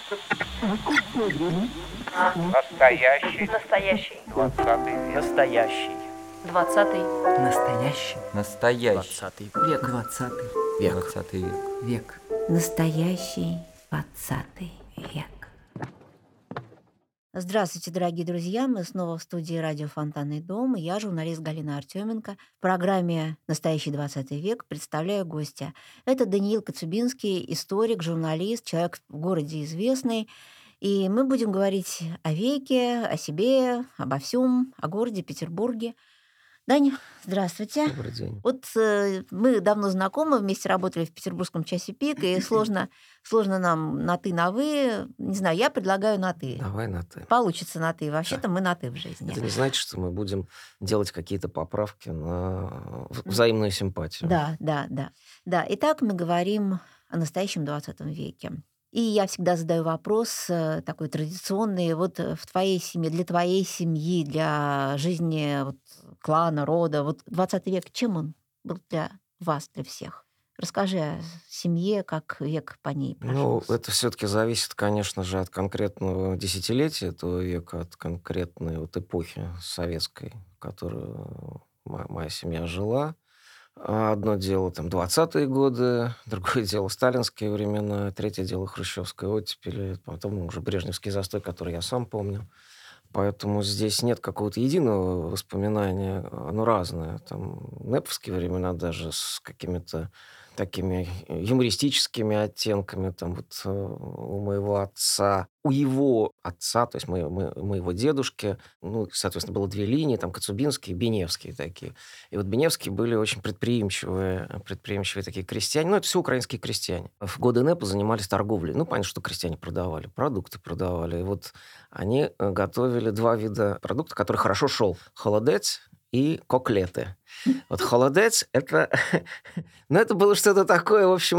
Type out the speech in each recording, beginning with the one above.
Настоящий. Настоящий. 20 век. Настоящий. 20-й. Настоящий. Настоящий. 20 век. 20 Век. 20 век. Век. Настоящий 20 век. Здравствуйте, дорогие друзья! Мы снова в студии радио «Фонтанный дом». Я журналист Галина Артеменко. В программе «Настоящий 20 век» представляю гостя. Это Даниил Коцюбинский, историк, журналист, человек в городе известный. И мы будем говорить о веке, о себе, обо всем, о городе Петербурге. Даня, здравствуйте. Добрый день. Вот мы давно знакомы, вместе работали в петербургском часе пик, и сложно нам на «ты», на «вы». Не знаю, я предлагаю на «ты». Давай на «ты». Получится на «ты». Вообще-то мы на «ты» в жизни. Это не значит, что мы будем делать какие-то поправки на взаимную симпатию. Да. Итак, мы говорим о настоящем 20 веке. И я всегда задаю вопрос такой традиционный. Вот в твоей семье, для твоей семьи, для жизни вот, клана, рода, вот 20 век, чем он был для вас, для всех? Расскажи о семье, как век по ней Ну, прошелся. это все-таки зависит, конечно же, от конкретного десятилетия этого века, от конкретной вот эпохи советской, в которую моя семья жила. Одно дело там 20-е годы, другое дело сталинские времена, третье дело хрущевская оттепель, потом уже брежневский застой, который я сам помню. Поэтому здесь нет какого-то единого воспоминания, оно разное. Там нэповские времена даже с какими-то такими юмористическими оттенками. Там вот у моего отца, у его отца, то есть моего дедушки, ну, соответственно, было две линии, там Коцюбинские и Беневские такие. И вот Беневские были очень предприимчивые такие крестьяне. Ну, это все украинские крестьяне. В годы НЭПа занимались торговлей. Ну, понятно, что крестьяне продавали, продукты продавали. И вот они готовили два вида продуктов, которые хорошо шел. Холодец и коклеты. Вот холодец — это... Ну, это было что-то такое, в общем,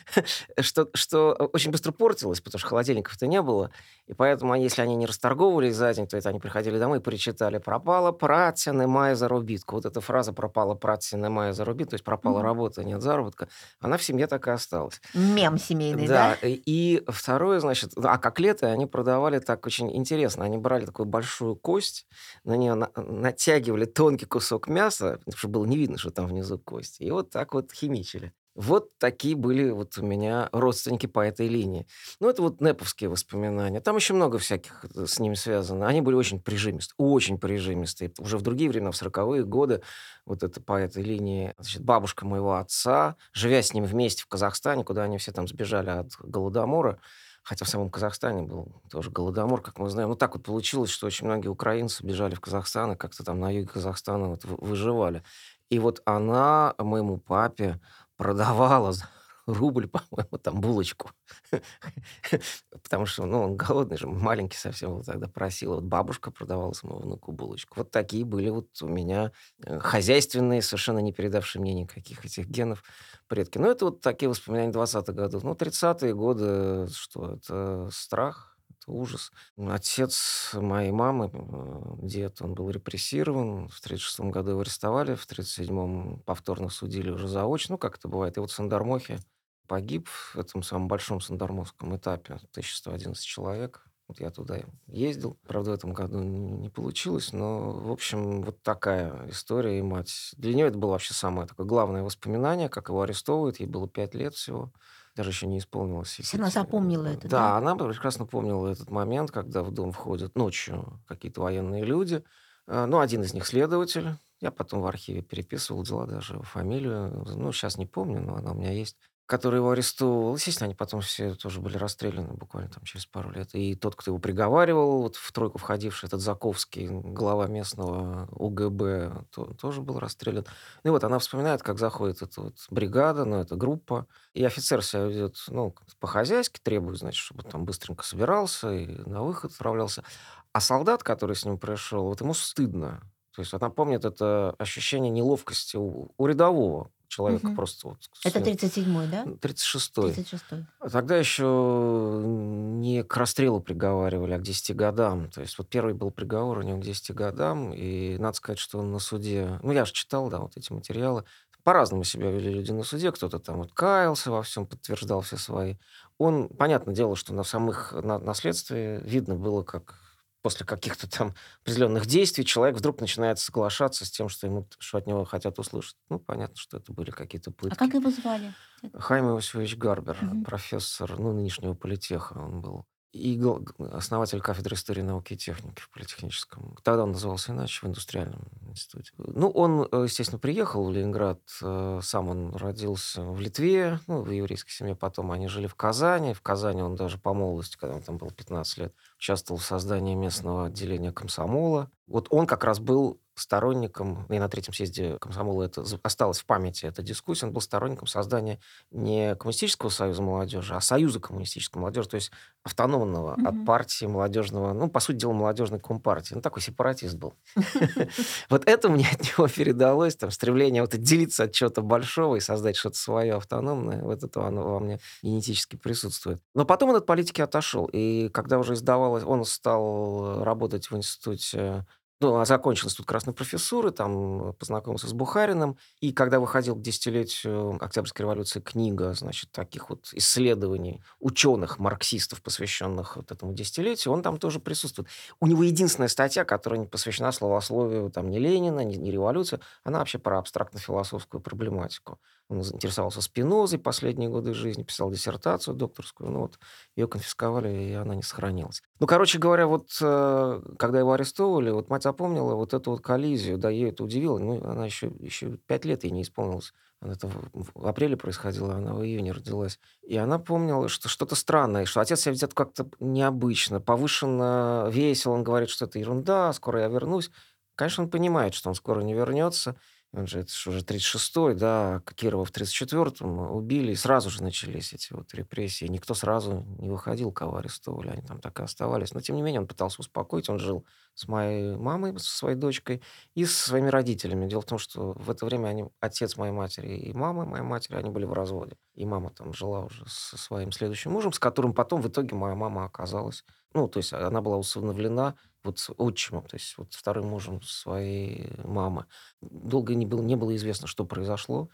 что очень быстро портилось, потому что холодильников-то не было. И поэтому, если они не расторговывались за день, то это они приходили домой и причитали: «Пропала праця, немає заробітку». Вот эта фраза «пропала праця, немає заробітку», то есть пропала работа, нет заработка, она в семье так и осталась. Мем семейный, Да, да? и второе, значит, а коклеты они продавали так очень интересно. Они брали такую большую кость, на нее натягивали тонкий кусок мяса, потому что было не видно, что там внизу кость, и вот так вот химичили. Вот такие были вот у меня родственники по этой линии. Ну, это вот нэповские воспоминания. Там еще много всяких с ними связано. Они были очень прижимистые. Уже в другие времена, в 40-е годы, вот это по этой линии, значит, бабушка моего отца, живя с ним вместе в Казахстане, куда они все там сбежали от Голодомора, хотя в самом Казахстане был тоже Голодомор, как мы знаем. Ну, так вот получилось, что очень многие украинцы бежали в Казахстан и как-то там на юге Казахстана вот выживали. И вот она моему папе продавала за рубль, по-моему, там булочку. Потому что, ну, он голодный же, маленький совсем был тогда, просил. Вот бабушка продавала своему внуку булочку. Вот такие были вот у меня хозяйственные, совершенно не передавшие мне никаких этих генов предки. Ну, это вот такие воспоминания 20-х годов. Ну, 30-е годы, что это страх, это ужас. Отец моей мамы, дед, он был репрессирован. В 1936 году его арестовали, в 1937 повторно судили уже заочно, ну, как это бывает. И вот в Сандармохе погиб в этом самом большом сандармовском этапе 1111 человек. Вот я туда ездил. Правда, в этом году не получилось, но, в общем, вот такая история. И мать... Для нее это было вообще самое такое главное воспоминание, как его арестовывают. Ей было 5 лет всего. Даже еще не исполнилось. То есть она запомнила это, Да, да? она прекрасно помнила этот момент, когда в дом входят ночью какие-то военные люди. Ну, один из них следователь. Я потом в архиве переписывал дела, даже его фамилию. Ну, сейчас не помню, но она у меня есть. Который его арестовывал. Естественно, они потом все тоже были расстреляны буквально там через пару лет. И тот, кто его приговаривал, вот в тройку входивший, этот Заковский, глава местного УГБ, тоже был расстрелян. Ну и вот она вспоминает, как заходит эта вот бригада, ну, эта группа, и офицер себя ведет, ну, по-хозяйски, требует, значит, чтобы он там быстренько собирался и на выход отправлялся. А солдат, который с ним пришел, вот ему стыдно. То есть она помнит это ощущение неловкости у рядового человека Мгм. просто. Вот, Это 37-й, да? 36-й. 36-й. Тогда еще не к расстрелу приговаривали, а к 10 годам. То есть вот первый был приговор у него к 10 годам, и надо сказать, что он на суде... Ну, я же читал, да, вот эти материалы. По-разному себя вели люди на суде. Кто-то там вот каялся во всем, подтверждал все свои. Он, понятное дело, что на следствии видно было, как после каких-то там определенных действий человек вдруг начинает соглашаться с тем, что от него хотят услышать. Ну, понятно, что это были какие-то А как пытки. его звали? Хайм Иосифович Гарбер, Мгм. профессор, нынешнего политеха он был. И основатель кафедры истории науки и техники в политехническом. Тогда он назывался иначе, в индустриальном институте. Ну, он, естественно, приехал в Ленинград. Сам он родился в Литве, в еврейской семье. Потом они жили в Казани. В Казани он даже по молодости, когда ему там было 15 лет, участвовал в создании местного отделения комсомола. Вот он как раз был сторонником, и на третьем съезде комсомола это осталось в памяти, эта дискуссия, он был сторонником создания не Коммунистического союза молодежи, а Союза коммунистической молодежи, то есть автономного от Мгм. партии молодежного, по сути дела, молодежной компартии. Такой сепаратист был. Вот это мне от него передалось, там, стремление вот отделиться от чего-то большого и создать что-то свое автономное. Вот это оно во мне генетически присутствует. Но потом он от политики отошел. И когда уже издавалось, он стал работать в институте, закончил институт красной профессуры, там познакомился с Бухариным. И когда выходил к десятилетию Октябрьской революции книга, значит, таких вот исследований ученых, марксистов, посвященных вот этому десятилетию, он там тоже присутствует. У него единственная статья, которая не посвящена словословию там, ни Ленина, ни революции, она вообще про абстрактно-философскую проблематику. Он заинтересовался Спинозой последние годы жизни, писал диссертацию докторскую, ее конфисковали, и она не сохранилась. Короче говоря, когда его арестовывали, мать запомнила вот эту вот коллизию, да, ее это удивило. Она еще 5 лет ей не исполнилось. Это в апреле происходило, она в июне родилась. И она помнила, что что-то странное, что отец себя ведет как-то необычно, повышенно весел, он говорит, что это ерунда, скоро я вернусь. Конечно, он понимает, что он скоро не вернется. Это же уже 36-й, да, Кирова в 34-м убили, и сразу же начались эти вот репрессии. Никто сразу не выходил, кого арестовывали, они там так и оставались. Но, тем не менее, он пытался успокоить, он жил с моей мамой, со своей дочкой и со своими родителями. Дело в том, что в это время отец моей матери и мама моей матери, они были в разводе. И мама там жила уже со своим следующим мужем, с которым потом в итоге моя мама оказалась. То есть она была усыновлена с отчимом, то есть вторым мужем своей мамы. Долго не было известно, что произошло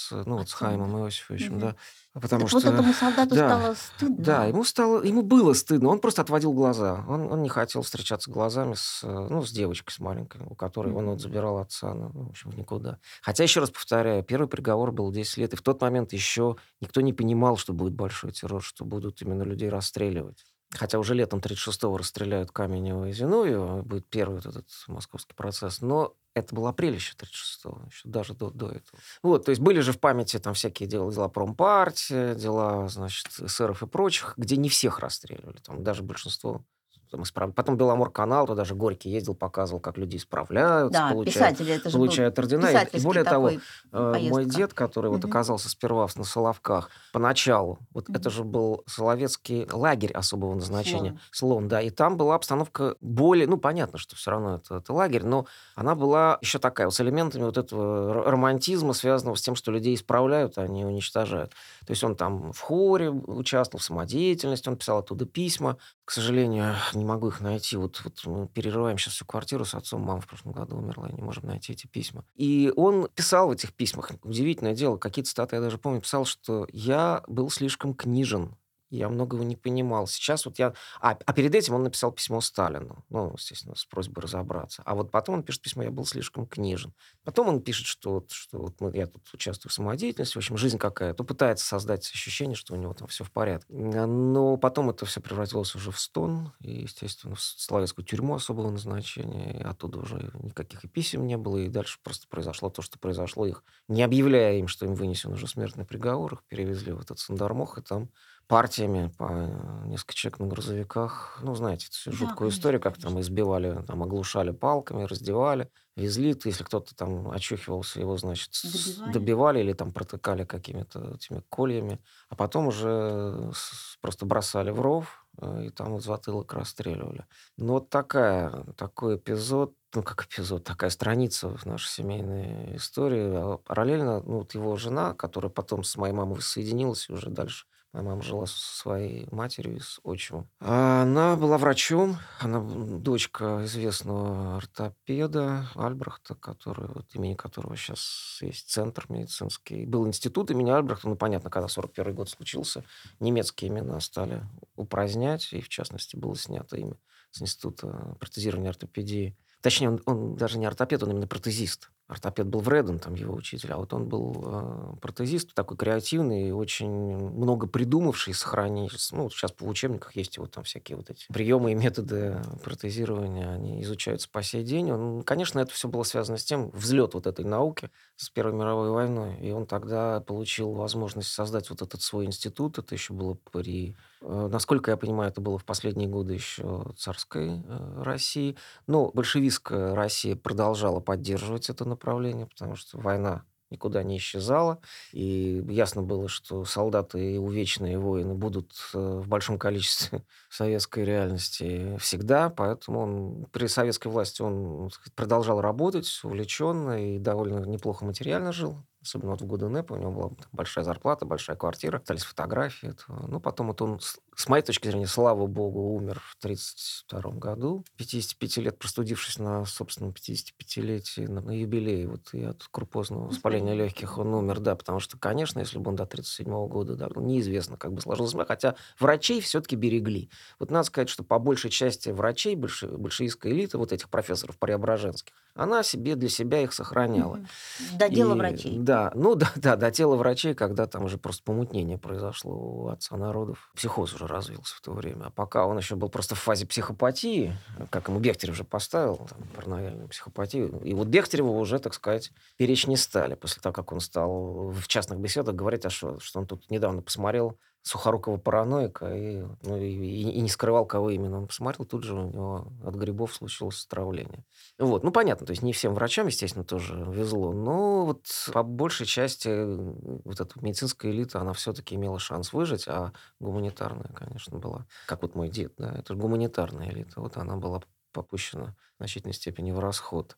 с Отцом, Хаимом да. Иосифовичем, Мгм. да. Потому Так вот что, этому солдату да, стало да, стыдно. ему было стыдно, он просто отводил глаза. Он не хотел встречаться глазами с девочкой, с маленькой, у которой он Мгм. забирал отца, в общем, в никуда. Хотя, еще раз повторяю, первый приговор был 10 лет, и в тот момент еще никто не понимал, что будет большой террор, что будут именно людей расстреливать. Хотя уже летом 36-го расстреляют Каменева и Зиновьева, будет первый вот этот московский процесс, но это был апрель еще 36-го, еще даже до этого. То есть были же в памяти там всякие дела промпартии, дела, значит, эсеров и прочих, где не всех расстреливали, там даже большинство там Потом Беломор-канал, туда даже Горький ездил, показывал, как люди исправляются, Да, писатели, это же был получают ордена. И писательский более того, такой мой поездка. дед, который Мгм. оказался сперва на Соловках, поначалу, это Мгм. же был Соловецкий лагерь особого назначения, Слон. Слон, да, и там была обстановка более, понятно, что все равно это лагерь, но она была еще такая, с элементами вот этого романтизма, связанного с тем, что людей исправляют, а не уничтожают. То есть он там в хоре участвовал, в самодеятельности, он писал оттуда письма. К сожалению, не могу их найти. Мы перерываем сейчас всю квартиру с отцом. Мама в прошлом году умерла, и не можем найти эти письма. И он писал в этих письмах, удивительное дело, какие-то цитаты я даже помню, писал, что я был слишком книжен, я многого не понимал. Сейчас я... А перед этим он написал письмо Сталину, естественно, с просьбой разобраться. А потом он пишет письмо, я был слишком книжен. Потом он пишет, что я тут участвую в самодеятельности, в общем, жизнь какая-то. Пытается создать ощущение, что у него там все в порядке. Но потом это все превратилось уже в стон, и, естественно, в Соловецкую тюрьму особого назначения. И оттуда уже никаких и писем не было, и дальше просто произошло то, что произошло. Их, не объявляя им, что им вынесен уже смертный приговор, их перевезли в этот Сандармох, и там партиями по несколько человек на грузовиках. Знаете, эту всю Да, жуткую историю, конечно, как там конечно. избивали, там оглушали палками, раздевали, везли. Если кто-то там очухивался, его, значит, Добивали. добивали или там протыкали какими-то этими кольями, а потом уже просто бросали в ров, и там вот затылок расстреливали. Такой эпизод, как эпизод, такая страница в нашей семейной истории. А параллельно, его жена, которая потом с моей мамой воссоединилась и уже дальше Моя мама жила со своей матерью и с отчимом. Она была врачом, она дочка известного ортопеда Альбрехта, имени которого сейчас есть центр медицинский. Был институт имени Альбрехта, понятно, когда 41 год случился, немецкие имена стали упразднять, и, в частности, было снято имя с института протезирования и ортопедии. Точнее, он даже не ортопед, он именно протезист. Ортопед был Вреден, там его учитель, а вот он был протезист, такой креативный, очень много придумавший, сохранивший. Сейчас в учебниках есть его там всякие вот эти приемы и методы протезирования, они изучаются по сей день. Конечно, это все было связано с тем, взлет вот этой науки с Первой мировой войной, и он тогда получил возможность создать вот этот свой институт. Это еще было насколько я понимаю, это было в последние годы еще царской России. Но большевистская Россия продолжала поддерживать это направление, потому что война никуда не исчезала. И ясно было, что солдаты и увечные воины будут в большом количестве в советской реальности всегда. Поэтому при советской власти он продолжал работать увлеченно и довольно неплохо материально жил. Особенно в годы НЭПа у него была большая зарплата, большая квартира, остались фотографии этого. Потом он, с моей точки зрения, слава богу, умер в 1932 году. 55 лет простудившись на собственном 55-летии, на юбилее, и от крупозного воспаления легких он умер, да, потому что, конечно, если бы он до 1937 года, да, неизвестно, как бы сложилось, хотя врачей все-таки берегли. Надо сказать, что по большей части врачей, большевистской элиты, вот этих профессоров преображенских, она для себя их сохраняла. До дела врачей. Да, до тела врачей, когда там уже просто помутнение произошло у отца народов. Психоз уже развился в то время. А пока он еще был просто в фазе психопатии, как ему Бехтерев уже поставил, параноидальную психопатию. И Бехтерева уже, так сказать, беречь не стали. После того, как он стал в частных беседах говорить, что он тут недавно посмотрел Сухорукова параноика и не скрывал, кого именно он посмотрел. Тут же у него от грибов случилось отравление. Понятно, то есть не всем врачам, естественно, тоже везло, но по большей части эта медицинская элита, она все-таки имела шанс выжить, а гуманитарная, конечно, была, как мой дед, да, это гуманитарная элита, она была попущена в значительной степени в расход.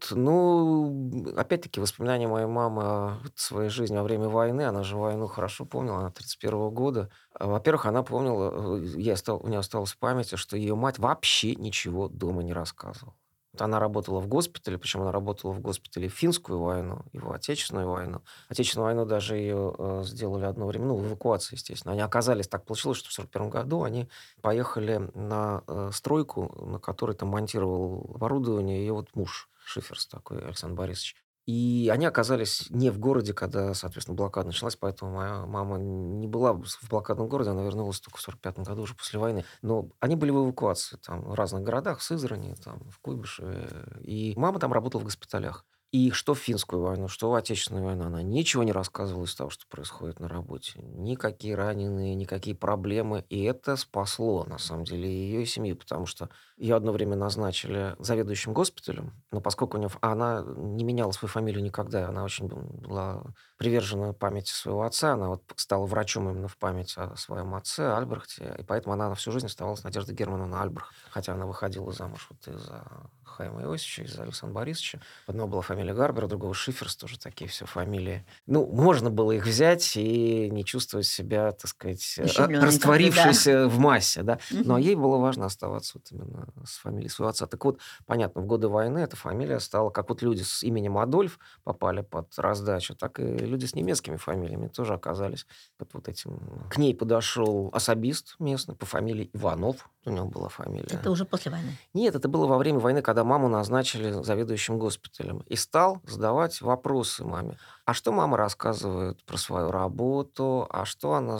Опять-таки, воспоминания моей мамы о своей жизни во время войны, она же войну хорошо помнила, она 1931 года. Во-первых, она помнила, у нее осталось в памяти, что ее мать вообще ничего дома не рассказывала. Она работала в госпитале, причем она работала в госпитале в финскую войну, его Отечественную войну. Отечественную войну даже ее сделали одно время, в эвакуации, естественно. Они оказались, так получилось, что в 1941 году они поехали на стройку, на которой там монтировал оборудование ее муж, Шиферс такой, Александр Борисович. И они оказались не в городе, когда, соответственно, блокада началась, поэтому моя мама не была в блокадном городе, она вернулась только в 1945 году, уже после войны. Но они были в эвакуации, там, в разных городах, в Сызрани, там, в Куйбышеве. И мама там работала в госпиталях. И что в финскую войну, что в Отечественную войну, она ничего не рассказывала из того, что происходит на работе. Никакие раненые, никакие проблемы. И это спасло, на самом деле, ее и семью, потому что ее одно время назначили заведующим госпиталем, но поскольку она не меняла свою фамилию никогда, она очень была привержена памяти своего отца, она стала врачом именно в память о своем отце, Альбрехте, и поэтому она на всю жизнь оставалась Надежда Германовна Альбрехт, хотя она выходила замуж из-за Хайма Иосифовича, из-за Александра Борисовича. Одного была фамилия Гарбер, у другого Шиферс, тоже такие все фамилии. Можно было их взять и не чувствовать себя, так сказать, растворившейся в массе, да. Но ей было важно оставаться именно с фамилией своего отца. Так понятно, в годы войны эта фамилия стала, как люди с именем Адольф попали под раздачу, так и люди с немецкими фамилиями тоже оказались под этим. К ней подошел особист местный по фамилии Иванов, у него была фамилия. Это уже после войны? Нет, это было во время войны, когда маму назначили заведующим госпиталем. И стал задавать вопросы маме. А что мама рассказывает про свою работу? А что она,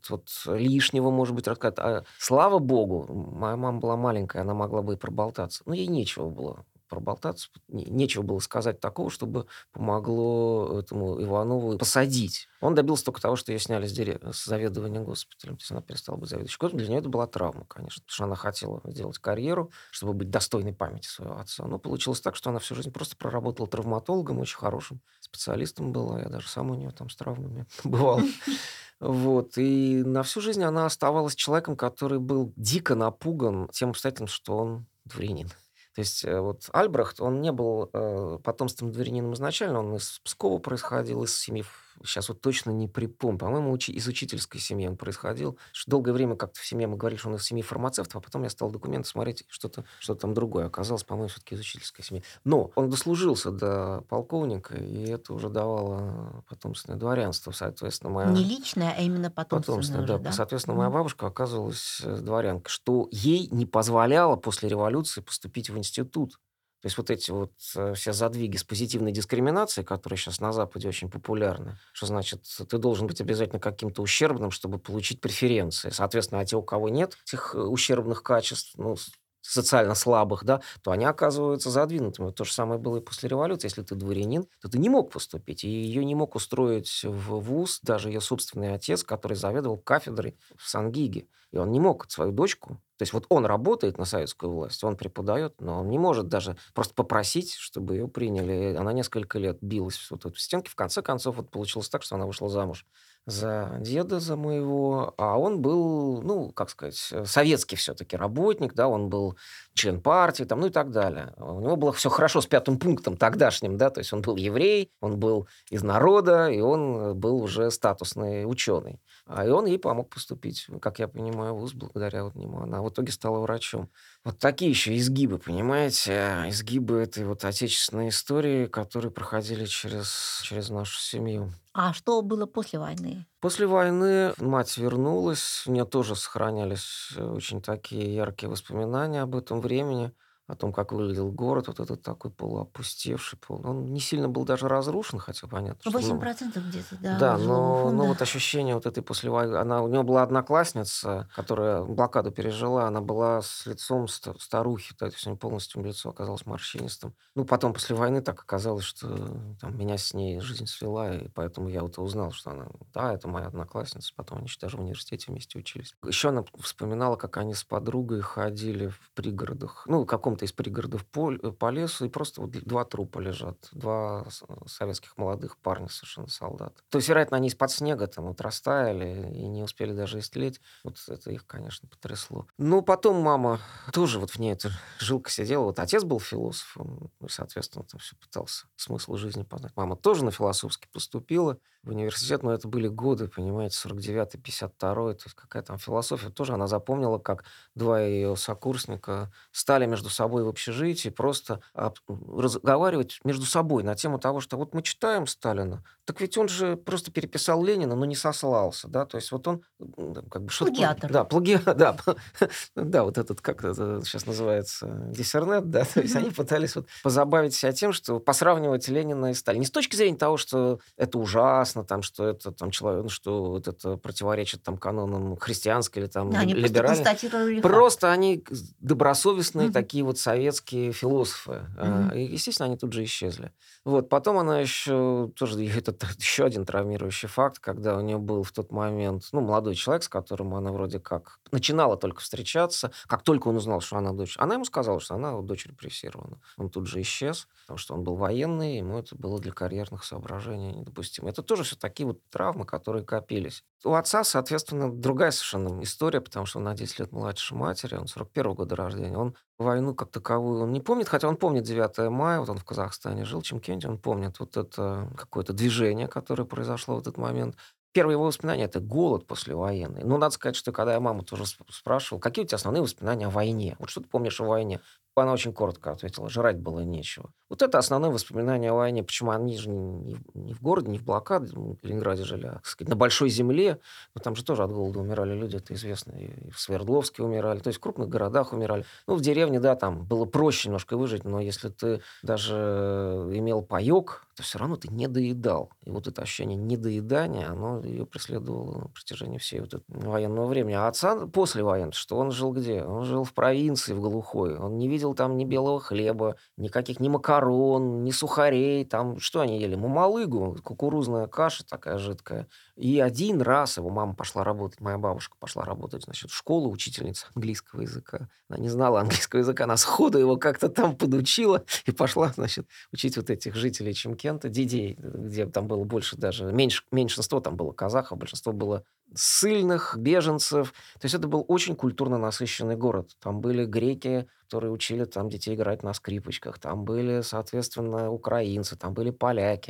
лишнего, может быть, рассказывает? Слава богу, моя мама была маленькая, она могла бы и проболтаться. Но ей нечего было проболтаться, нечего было сказать такого, чтобы помогло этому Иванову посадить. Он добился только того, что ее сняли с заведования госпиталем. То есть она перестала быть заведующей госпиталем. Для нее это была травма, конечно, потому что она хотела сделать карьеру, чтобы быть достойной памяти своего отца. Но получилось так, что она всю жизнь просто проработала травматологом, очень хорошим специалистом была. Я даже сам у нее там с травмами бывал. И на всю жизнь она оставалась человеком, который был дико напуган тем обстоятельством, что он дворянин. То есть Альбрехт, он не был потомственным дворянином изначально, он из Пскова происходил, из семьи Сейчас вот точно не припомню. По-моему, из учительской семьи он происходил. Что долгое время как-то в семье мы говорили, что он из семьи фармацевтов, а потом я стал документы смотреть, что там другое оказалось, по-моему, все-таки из учительской семьи. Но он дослужился до полковника, и это уже давало потомственное дворянство. Соответственно, Не моя личное, а именно потомственное потомственное, уже, да. да? Соответственно, моя Мгм. бабушка оказывалась дворянкой, что ей не позволяло после революции поступить в институт. То есть вот эти вот все задвиги с позитивной дискриминацией, которые сейчас на Западе очень популярны, что значит, ты должен быть обязательно каким-то ущербным, чтобы получить преференции. Соответственно, а те, у кого нет этих ущербных качеств, ну, социально слабых, да, то они оказываются задвинутыми. Вот то же самое было и после революции. Если ты дворянин, то ты не мог поступить. И ее не мог устроить в вуз даже ее собственный отец, который заведовал кафедрой в Сан-Гиге. И он не мог свою дочку, то есть вот он работает на советскую власть, он преподает, но он не может даже просто попросить, чтобы ее приняли. И она несколько лет билась вот в стенке. В конце концов, вот получилось так, что она вышла замуж за деда, за моего, а он был, ну, как сказать, советский все-таки работник, да, он был член партии, там, ну и так далее. У него было все хорошо с пятым пунктом тогдашним, да, то есть он был еврей, он был из народа, и он был уже статусный ученый. И он ей помог поступить, как я понимаю, в вуз благодаря вот нему. Она в итоге стала врачом. Вот такие еще изгибы, понимаете? Изгибы этой вот отечественной истории, которые проходили через нашу семью. А что было после войны? После войны мать вернулась, у нее тоже сохранялись очень такие яркие воспоминания об этом времени, о том, как выглядел город, вот этот такой полуопустевший. Он не сильно был даже разрушен, хотя понятно, что 8% где-то, да, да, жилого но фонда. вот ощущение вот этой послевоенной... У нее была одноклассница, которая блокаду пережила, она была с лицом старухи, то есть у нее полностью лицо оказалось морщинистым. Ну, потом после войны так оказалось, что там, меня с ней жизнь свела, и поэтому я вот узнал, что она, да, это моя одноклассница, потом они еще даже в университете вместе учились. Еще она вспоминала, как они с подругой ходили в пригородах, ну, в каком-то из пригородов по лесу, и просто вот два трупа лежат, два советских молодых парня совершенно солдат. То есть, вероятно, они из-под снега там вот растаяли и не успели даже истлеть. Вот это их, конечно, потрясло. Но потом мама тоже вот в ней эта жилка сидела. Вот отец был философом, и, соответственно, там все пытался смысл жизни познать. Мама тоже на философский поступила в университет, но это были годы, понимаете, 49-й, 52-й, то есть какая там философия. Тоже она запомнила, как два ее сокурсника стали между собой в общежитии просто разговаривать между собой на тему того, что вот мы читаем Сталина, так ведь он же просто переписал Ленина, но не сослался, да, то есть вот он как бы что-то... Плагиатор. Да, плагиат, да, да, вот этот, как это сейчас называется, диссернет, да, то есть они пытались вот позабавить себя тем, что посравнивать Ленина и Сталина. Не с точки зрения того, что это ужасно, там, что это там человек, что вот это противоречит там канонам христианской или там Они просто либеральной. констатировали факт. Просто они добросовестные Мгм. такие вот советские философы. Мгм. И, естественно, они тут же исчезли. Вот. Потом она еще тоже, и это еще один травмирующий факт, когда у нее был в тот момент, ну, молодой человек, с которым она вроде как начинала только встречаться. Как только он узнал, что она дочь, она ему сказала, что она вот дочь репрессирована. Он тут же исчез, потому что он был военный, ему это было для карьерных соображений недопустимо. Это тоже все такие вот травмы, которые копились. У отца, соответственно, другая совершенно история, потому что он на 10 лет младше матери, он 41-го года рождения. Он войну как таковую он не помнит, хотя он помнит 9 мая, вот он в Казахстане жил, Чимкенте, он помнит вот это какое-то движение, которое произошло в этот момент. Первые его воспоминания — это голод послевоенный. Ну, надо сказать, что когда я маму тоже спрашивал, какие у тебя основные воспоминания о войне? Вот что ты помнишь о войне? Она очень коротко ответила: жрать было нечего. Вот это основное воспоминание о войне. Почему они же не в городе, не в блокаде, в Ленинграде жили, а, так сказать, на большой земле. Но там же тоже от голода умирали люди, это известно. И в Свердловске умирали, то есть в крупных городах умирали. Ну, в деревне, да, там было проще немножко выжить, но если ты даже имел паёк, то все равно ты не доедал. И вот это ощущение недоедания, оно ее преследовало на протяжении всей вот этого военного времени. А отца после войны, что он жил где? Он жил в провинции, в глухой. Он не видел там ни белого хлеба, никаких ни макарон, ни сухарей. Там что они ели? Мамалыгу, кукурузная каша такая жидкая. И один раз его мама пошла работать, моя бабушка пошла работать, значит, в школу, учительница английского языка. Она не знала английского языка, она сходу его как-то там подучила и пошла, значит, учить вот этих жителей Чимкента, дидей, где там было больше даже, меньшинство там было казахов, большинство было ссыльных, беженцев. То есть это был очень культурно насыщенный город. Там были греки, которые учили там детей играть на скрипочках, там были, соответственно, украинцы, там были поляки.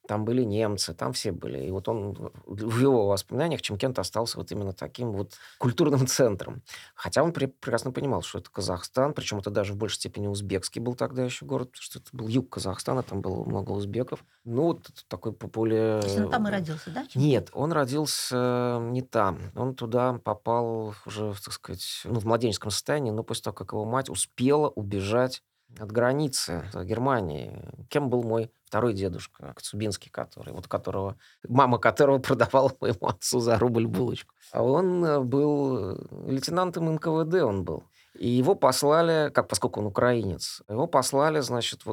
там были немцы, там все были. И вот он в его воспоминаниях Чимкент остался вот именно таким вот культурным центром. Хотя он прекрасно понимал, что это Казахстан, причем это даже в большей степени узбекский был тогда еще город, потому что это был юг Казахстана, там было много узбеков. Ну, вот такой То есть он там и родился, да, Чимкент? Нет, он родился не там. Он туда попал уже, так сказать, ну, в младенческом состоянии, но после того, как его мать успела убежать от границы Германии. Кем был мой второй дедушка, Коцюбинский, мама которого продавала моему отцу за рубль булочку. А он был лейтенантом НКВД, он был. И его послали, поскольку он украинец, его послали, значит,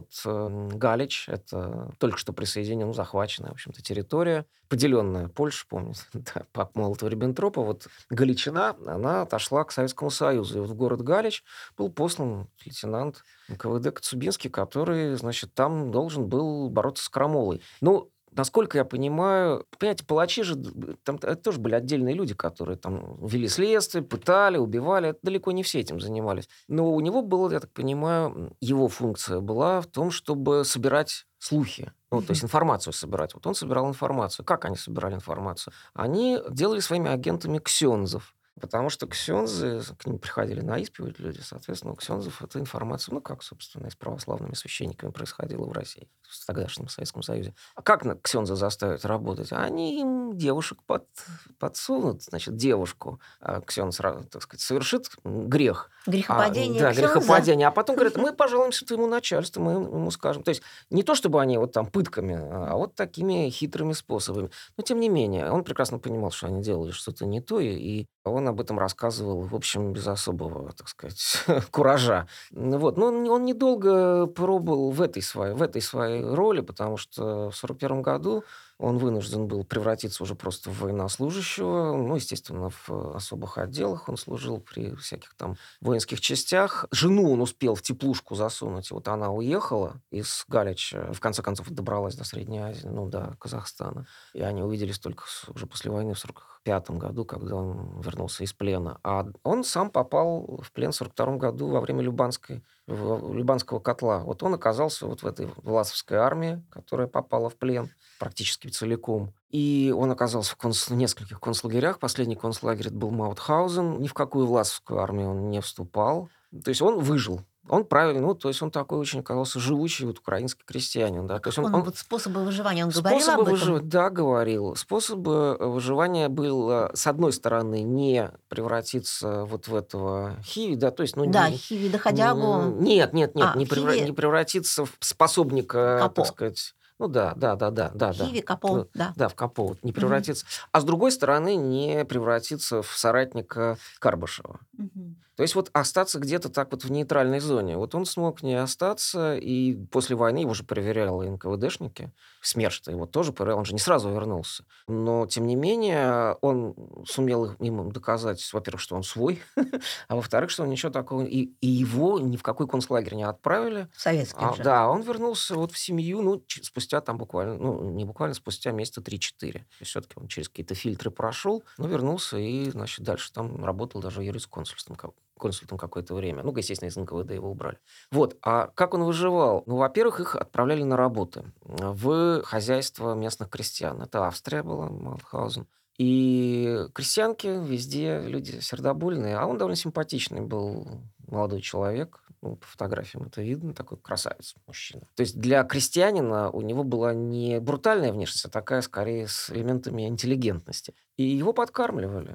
Галич, это только что присоединенная, захваченная, в общем-то, территория, поделенная Польша, помните, да, по Молотова-Риббентропа, Галичина, она отошла к Советскому Союзу. И в город Галич был послан лейтенант НКВД Коцюбинский, который, значит, там должен был бороться с крамолой. Ну, насколько я понимаю, понимаете, палачи же, там это тоже были отдельные люди, которые там вели следствие, пытали, убивали. Это далеко не все этим занимались. Но у него было, я так понимаю, его функция была в том, чтобы собирать слухи. То есть информацию собирать. Вот он собирал информацию. Как они собирали информацию? Они делали своими агентами ксензов. Потому что ксензы, к ним приходили на исповедь люди, соответственно, у ксензов эта информация, как, собственно, и с православными священниками происходило в России, в тогдашнем Советском Союзе. А как ксенза заставить работать? Они им девушек подсунут, значит, девушку. А ксенз, так сказать, совершит грех. Грехопадение Да, ксенза? грехопадение. А потом говорят, мы пожалуемся твоему начальству, мы ему скажем. То есть не то, чтобы они там пытками, а вот такими хитрыми способами. Но, тем не менее, он прекрасно понимал, что они делали что-то не то, и он об этом рассказывал, в общем, без особого, так сказать, куража. Но он недолго пробыл в этой своей роли, потому что в 1941 году он вынужден был превратиться уже просто в военнослужащего. Естественно, в особых отделах он служил при всяких там воинских частях. Жену он успел в теплушку засунуть. И вот она уехала из Галича, в конце концов добралась до Средней Азии, до Казахстана. И они увиделись только уже после войны в 1945 году, когда он вернулся из плена. А он сам попал в плен в 1942 году во время Любанского котла. Вот он оказался в этой Власовской армии, которая попала в плен практически целиком. И он оказался в нескольких концлагерях. Последний концлагерь был Маутхаузен. Ни в какую Власовскую армию он не вступал. То есть он выжил. Он правильно, то есть он такой очень оказался живучий украинский крестьянин. Да? То есть он способы выживания, он говорил об этом? Да, говорил. Способы выживания было, с одной стороны, не превратиться в этого хиви, да, то есть... хиви, доходягу. Нет, не превратиться в способника, Капо. так сказать... Да. Хиви, капо, да. Да, в капо не превратиться. А с другой стороны, не превратиться в соратника Карбышева. То есть остаться где-то так в нейтральной зоне. Он смог не остаться, и после войны его же проверяли НКВДшники. СМЕРШ-то его тоже проверял, он же не сразу вернулся. Но, тем не менее, он сумел им доказать, во-первых, что он свой, а во-вторых, что он ничего такого... И его ни в какой концлагерь не отправили. Советский уже. Да, он вернулся в семью, спустя спустя месяца 3-4. То есть все-таки он через какие-то фильтры прошел, но вернулся и, значит, дальше там работал даже юрисконсультом какое-то время. Естественно, из НКВД его убрали. А как он выживал? Во-первых, их отправляли на работы в хозяйство местных крестьян. Это Австрия была, Маутхаузен. И крестьянки везде люди сердобольные, а он довольно симпатичный был молодой человек. По фотографиям это видно, такой красавец мужчина. То есть для крестьянина у него была не брутальная внешность, а такая, скорее, с элементами интеллигентности. И его подкармливали.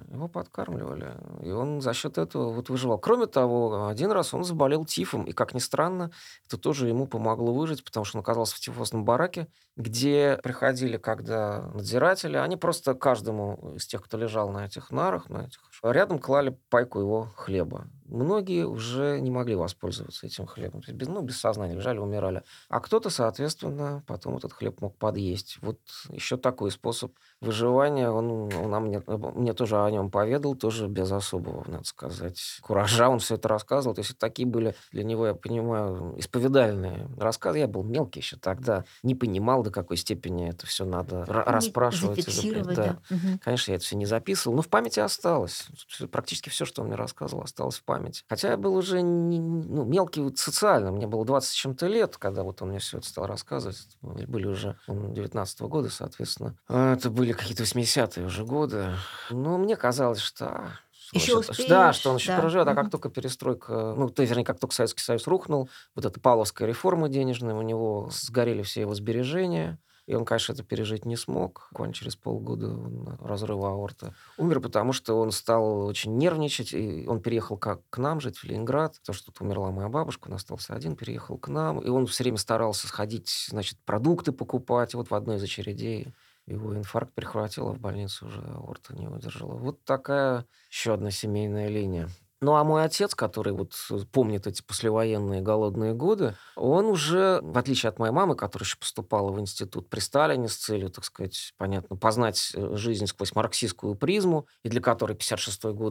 И он за счет этого выживал. Кроме того, один раз он заболел тифом, и, как ни странно, это тоже ему помогло выжить, потому что он оказался в тифозном бараке, где приходили, когда надзиратели, они просто каждому из тех, кто лежал на этих нарах, рядом клали пайку его хлеба. Многие уже не могли воспользоваться этим хлебом. То есть без сознания лежали, умирали. А кто-то, соответственно, потом этот хлеб мог подъесть. Еще такой способ выживания. Он мне тоже о нем поведал, тоже без особого, надо сказать, куража. Он все это рассказывал. То есть это такие были для него, я понимаю, исповедальные рассказы. Я был мелкий еще тогда, не понимал, до какой степени это все надо расспрашивать. Зафиксировать, да. Конечно, я это все не записывал, но в памяти осталось. Практически все, что он мне рассказывал, осталось в памяти. память. Хотя я был уже мелкий вот социально. Мне было 20 с чем-то лет, когда вот он мне все это стал рассказывать. Были уже 19-го года, соответственно. Это были какие-то 80-е уже годы. Но мне казалось, что... Еще Да, успеешь, что он еще да. проживет, а как только перестройка, вернее, как только Советский Союз рухнул, вот эта Павловская реформа денежная, у него сгорели все его сбережения, и он, конечно, это пережить не смог. Буквально через полгода он разрыва аорты умер, потому что он стал очень нервничать, и он переехал к нам жить в Ленинград, потому что тут умерла моя бабушка, он остался один, переехал к нам, и он все время старался сходить, значит, продукты покупать, вот в одной из очередей. Его инфаркт перехватило, в больницу уже аорта не выдержала. Вот такая еще одна семейная линия. Ну, а мой отец, который вот помнит эти послевоенные голодные годы, он уже, в отличие от моей мамы, которая еще поступала в институт при Сталине с целью, так сказать, понятно, познать жизнь сквозь марксистскую призму, и для которой 56-й год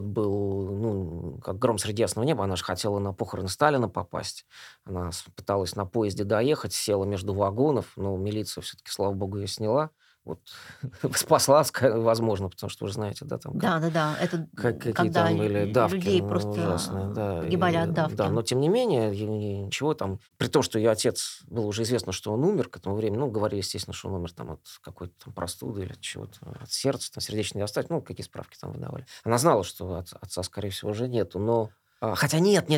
был, как гром среди ясного неба, она же хотела на похороны Сталина попасть. Она пыталась на поезде доехать, села между вагонов, но милиция все-таки, слава богу, ее сняла. Вот спасла, возможно, потому что вы же знаете, да, там Да, это какие когда там были давки людей просто ужасные, да. погибали от Да, давки. но тем не менее, ничего там... При том, что ее отец, было уже известно, что он умер к этому времени, говорили, естественно, что он умер там от какой-то там простуды или от чего-то, от сердца, там, сердечной недостатки, какие справки там выдавали. Она знала, что отца, скорее всего, уже нету, но... Хотя нет,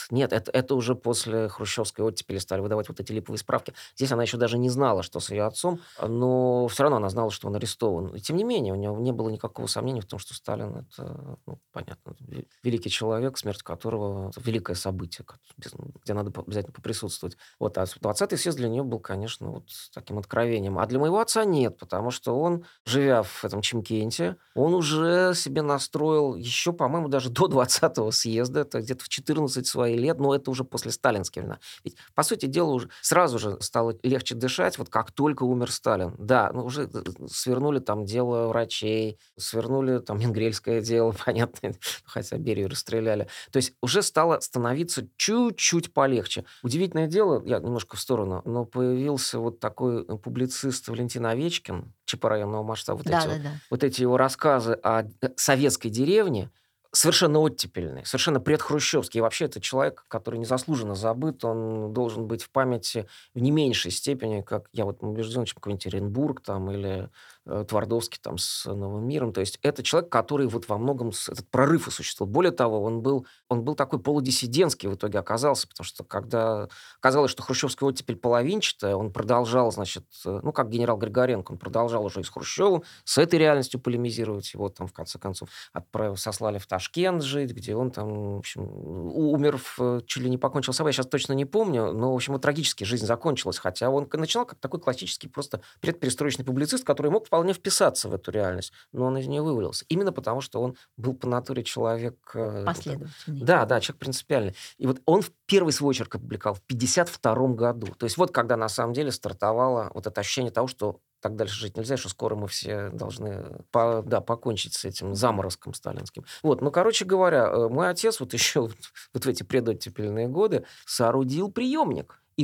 это уже после хрущевской оттепели стали выдавать вот эти липовые справки. Здесь она еще даже не знала, что с ее отцом, но все равно она знала, что он арестован. И тем не менее, у нее не было никакого сомнения в том, что Сталин — это, понятно, великий человек, смерть которого — это великое событие, где надо обязательно поприсутствовать. Вот, а 20-й съезд для нее был, конечно, вот таким откровением. А для моего отца нет, потому что он, живя в этом Чимкенте, он уже себе настроил еще, по-моему, даже до 20-го съезда, это где-то в 14 своих лет, но это уже после сталинских времен. Ведь, по сути дела, уже сразу же стало легче дышать, вот как только умер Сталин. Да, уже свернули там дело врачей, свернули там Менгрельское дело, понятно, хотя Берию расстреляли. То есть уже стало становиться чуть-чуть полегче. Удивительное дело, я немножко в сторону, но появился вот такой публицист Валентин Овечкин, ЧП районного масштаба, вот эти его рассказы о советской деревне, совершенно оттепельный, совершенно предхрущевский. И вообще это человек, который незаслуженно забыт, он должен быть в памяти в не меньшей степени, как я вот убежден, чем какой-нибудь Оренбург там, или Твардовский там с «Новым миром». То есть это человек, который вот во многом этот прорыв осуществил. Более того, он был такой полудиссидентский в итоге оказался, потому что когда казалось, что хрущевская оттепель половинчатая, он продолжал, значит, как генерал Григоренко, он продолжал уже и с Хрущевым, с этой реальностью полемизировать. Его там, в конце концов, сослали в Ташкент жить, где он там, в общем, умер, чуть ли не покончил с собой. Я сейчас точно не помню, но, в общем, трагически жизнь закончилась. Хотя он начинал как такой классический просто предперестроечный публицист, который мог вполне вписаться в эту реальность, но он из нее вывалился. Именно потому, что он был по натуре человек... Последовательный. Да, человек принципиальный. И вот он первый свой очерк опубликовал в 1952 году. То есть вот когда на самом деле стартовало вот это ощущение того, что так дальше жить нельзя, что скоро мы все должны покончить с этим заморозком сталинским. Короче говоря, мой отец вот еще вот в эти предоттепельные годы соорудил приемник и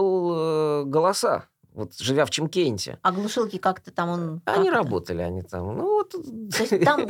слушал голоса. Вот, живя в Чимкенте. А глушилки как-то там он... Они работали, они там... То есть там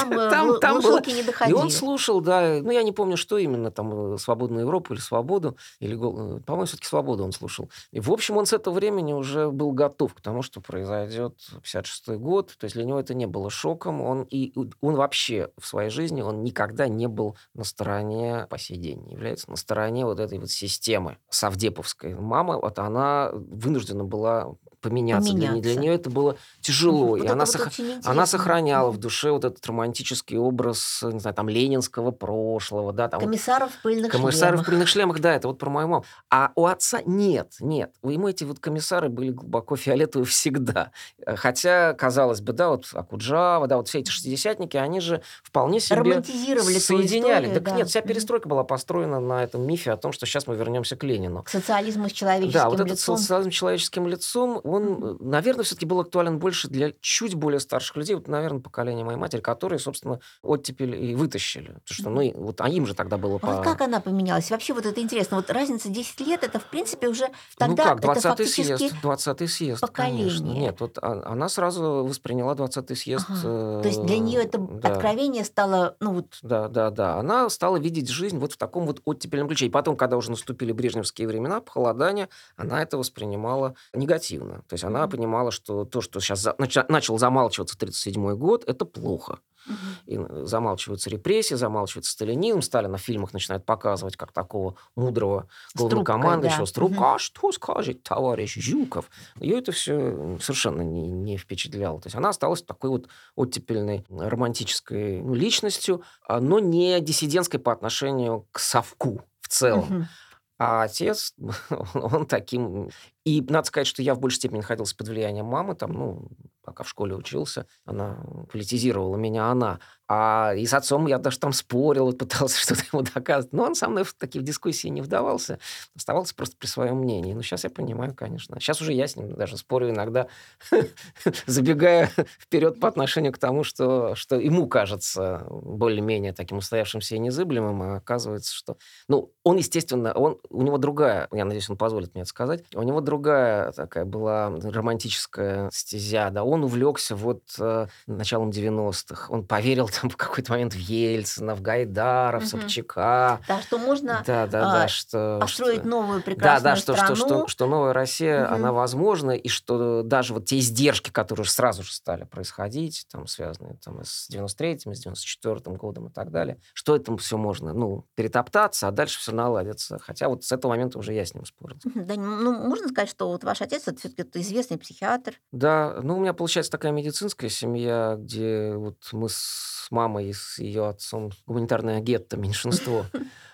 глушилки не доходили? И он слушал, да, я не помню, что именно, там, «Свободную Европу» или «Свободу», или, по-моему, все-таки «Свободу» он слушал. И, в общем, он с этого времени уже был готов к тому, что произойдет 56-й год. То есть для него это не было шоком. Он вообще в своей жизни, он никогда не был на стороне, по сей день не является, на стороне вот этой вот системы совдеповской. Мама, вот она вынуждена была поменяться. Для нее это было тяжело. И она сохраняла в душе вот этот романтический образ, не знаю, там, ленинского прошлого. Да, там, комиссаров в пыльных шлемах, да, это вот про мою маму. А у отца нет. Ему эти вот комиссары были глубоко фиолетовые всегда. Хотя, казалось бы, да, вот Окуджава, да, вот все эти шестидесятники, они же вполне себе романтизировали соединяли. Так нет, вся перестройка была построена на этом мифе о том, что сейчас мы вернемся к Ленину. К социализму с человеческим лицом. Да, вот этот социализм с человеческим лицом, он, наверное, все-таки был актуален больше для чуть более старших людей, вот, наверное, поколения моей матери, которые, собственно, оттепель и вытащили. Потому что, ну, вот, а им же тогда было А вот как она поменялась? Вообще вот это интересно. Вот разница 10 лет, это, в принципе, уже Ну тогда как, это 20-й фактически съезд, 20-й съезд, конечно. поколение. Нет, вот она сразу восприняла 20-й съезд, Ага. То есть для нее это да, откровение стало, ну вот, да. Она стала видеть жизнь вот в таком вот оттепельном ключе. И потом, когда уже наступили брежневские времена, похолодание, она это воспринимала негативно. То есть она мгм, понимала, что то, что сейчас начал замалчиваться 1937 год, это плохо. мгм. И замалчиваются репрессии, замалчивается сталинизм. Сталина в фильмах начинают показывать как такого мудрого С трубкой, главнокомандующего. да. С трубкой, а что скажет товарищ Жуков? Ее это все совершенно не впечатляло. То есть она осталась такой вот оттепельной романтической личностью, но не диссидентской по отношению к совку в целом. Мгм. А отец, он таким... И надо сказать, что я в большей степени находился под влиянием мамы, там, ну, пока в школе учился, она политизировала меня, она. И с отцом я даже там спорил, вот пытался что-то ему доказывать. Но он со мной в такие дискуссии не вдавался, оставался просто при своем мнении. Но сейчас я понимаю, конечно. Сейчас уже я с ним даже спорю иногда, забегая вперед по отношению к тому, что ему кажется более-менее таким устоявшимся и незыблемым, а оказывается, что... Ну, он, естественно, у него другая, я надеюсь, он позволит мне это сказать, у него другая такая была романтическая стезя, да, он увлекся вот началом 90-х, он поверил там в какой-то момент в Ельцина, в Гайдара, в Мгм. Собчака, Да, что можно да, что... построить новую Да, прекрасную страну. что новая Россия, она Мгм. возможна, и что даже вот те издержки, которые уже сразу же стали происходить, там, связанные там, с 93-м, с 94-м годом и так далее, что этому все можно, ну, перетоптаться, а дальше все наладится. Хотя вот с этого момента уже я с ним спорил. Мгм. Да, ну, можно сказать, что вот ваш отец это все-таки известный психиатр. Да, ну, у меня получается такая медицинская семья, где вот мы с мамой и с ее отцом гуманитарное гетто, меньшинство.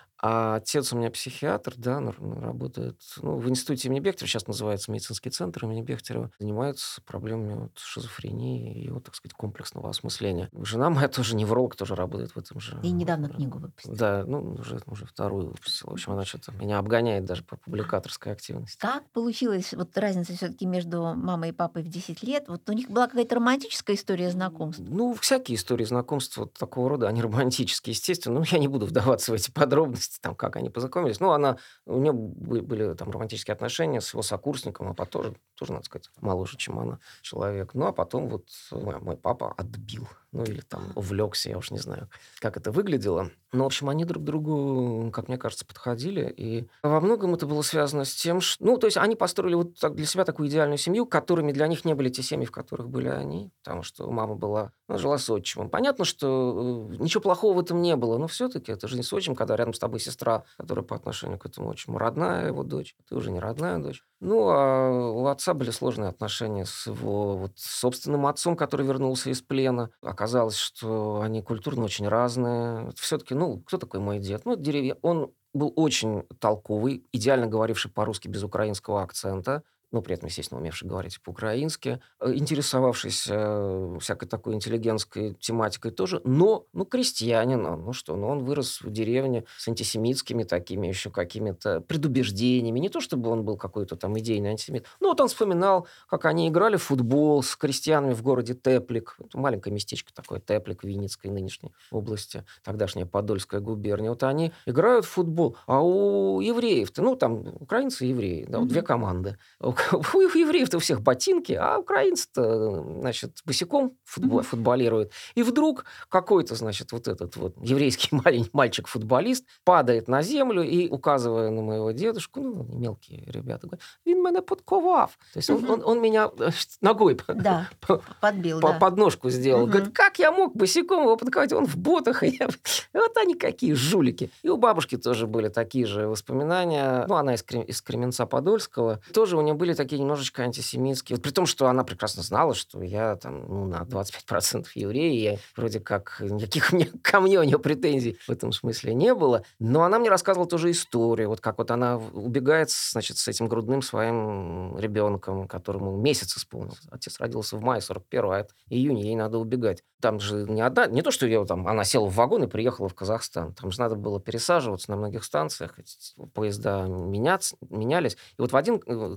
А отец у меня психиатр, да, работает в институте имени Бехтерева, сейчас называется медицинский центр имени Бехтерева, занимается проблемами вот, шизофрении и, вот, так сказать, комплексного осмысления. Жена моя тоже невролог, тоже работает в этом же. И недавно книгу выпустил. Да, ну, уже вторую выпустила. В общем, она что-то меня обгоняет даже по публикаторской активности. Как получилась вот разница все-таки между мамой и папой в 10 лет? Вот у них была какая-то романтическая история знакомств. Ну, всякие истории знакомств вот такого рода, они романтические, естественно. Ну, я не буду вдаваться в эти подробности, там, как они познакомились. Ну, у нее были там романтические отношения с его сокурсником, а потом тоже, надо сказать, моложе, чем она, человек. Ну, а потом вот мой папа отбил, ну, или там увлекся, я уж не знаю, как это выглядело. Но, в общем, они друг к другу, как мне кажется, подходили. И во многом это было связано с тем, что... Ну, то есть они построили вот так для себя такую идеальную семью, которыми для них не были те семьи, в которых были они. Потому что мама жила с отчимом. Понятно, что ничего плохого в этом не было, но все-таки это же не с отчим, когда рядом с тобой сестра, которая по отношению к этому отчиму родная его дочь, ты уже не родная дочь. Ну, а у отца были сложные отношения с его вот собственным отцом, который вернулся из плена. Оказалось, что они культурно очень разные. Все-таки, кто такой мой дед? Ну, он был очень толковый, идеально говоривший по-русски без украинского акцента, но при этом, естественно, умевший говорить по-украински, интересовавшийся всякой такой интеллигентской тематикой тоже, но, крестьянин он, он вырос в деревне с антисемитскими такими еще какими-то предубеждениями, не то чтобы он был какой-то там идейный антисемит, но вот он вспоминал, как они играли в футбол с крестьянами в городе Теплик, это маленькое местечко такое, Теплик в Винницкой нынешней области, тогдашняя Подольская губерния, вот они играют в футбол, а у евреев-то, там украинцы и евреи, да, вот две команды, у евреев-то у всех ботинки, а украинцы-то, значит, босиком футболируют. И вдруг какой-то, значит, вот этот вот еврейский мальчик-футболист падает на землю и, указывая на моего дедушку, мелкие ребята, говорят, «Він мене подковав». То есть он меня ногой Да, подбил, да. подножку сделал. Говорит, как я мог босиком его подковать? Он в ботах. Вот они какие жулики. И у бабушки тоже были такие же воспоминания. Она из Кременца Подольского. Тоже у нее были такие немножечко антисемитские. При том, что она прекрасно знала, что я там, на 25% еврей, и вроде как никаких ко мне у нее претензий в этом смысле не было. Но она мне рассказывала тоже историю. Вот как вот она убегает, значит, с этим грудным своим ребенком, которому месяц исполнился. Отец родился в мае 41-го, а это июнь, ей надо убегать. Там же не то, что она села в вагон и приехала в Казахстан. Там же надо было пересаживаться на многих станциях, поезда менялись. И вот в один какой-то момент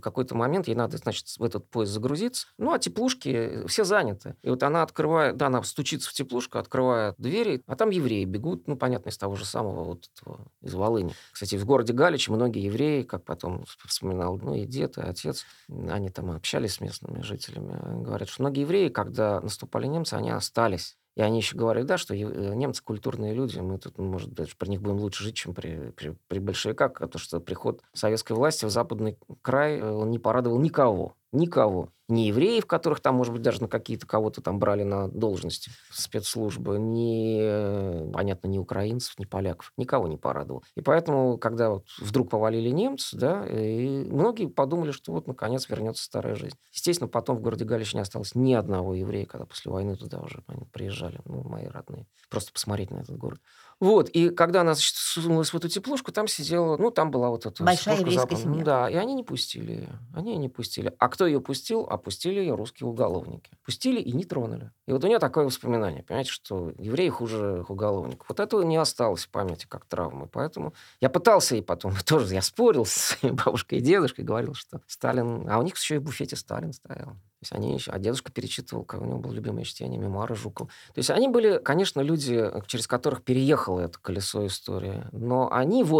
момент ей надо, значит, в этот поезд загрузиться. Ну, а теплушки все заняты. И вот она открывает, да, она стучится в теплушку, открывает двери, а там евреи бегут, ну, понятно, из того же самого вот этого, из Волыни. Кстати, в городе Галич многие евреи, как потом вспоминал, ну, и дед, и отец, они там общались с местными жителями, говорят, что многие евреи, когда наступали немцы, они остались. И они еще говорят, да, что немцы культурные люди, мы тут, может, даже при них будем лучше жить, чем при большевиках, потому что приход советской власти в Западный край, он не порадовал никого. Никого. Ни евреев, которых там, может быть, даже на какие-то кого-то там брали на должности спецслужбы, понятно, ни украинцев, ни поляков. Никого не порадовал. И поэтому, когда вот вдруг повалили немцы, да, и многие подумали, что вот, наконец, вернется старая жизнь. Естественно, потом в городе Галич не осталось ни одного еврея, когда после войны туда уже они приезжали, ну, мои родные, просто посмотреть на этот город. Вот, и когда она, значит, сунулась в эту теплушку, там сидела, ну, там была вот эта Большая теплушка еврейская западная. семья. Да, и они не пустили ее. Они ее не пустили. А кто ее пустил? А пустили ее русские уголовники. Пустили и не тронули. И вот у нее такое воспоминание, понимаете, что евреи хуже уголовников. Вот этого не осталось в памяти как травмы. Поэтому я пытался ей потом, тоже я спорил с своей бабушкой и дедушкой, говорил, что Сталин... А у них еще и в буфете Сталин стоял. То есть они еще... А дедушка перечитывал, как у него было любимое чтение, мемуары Жукова. То есть они были, конечно, люди, через которых переехало это колесо истории. Но они в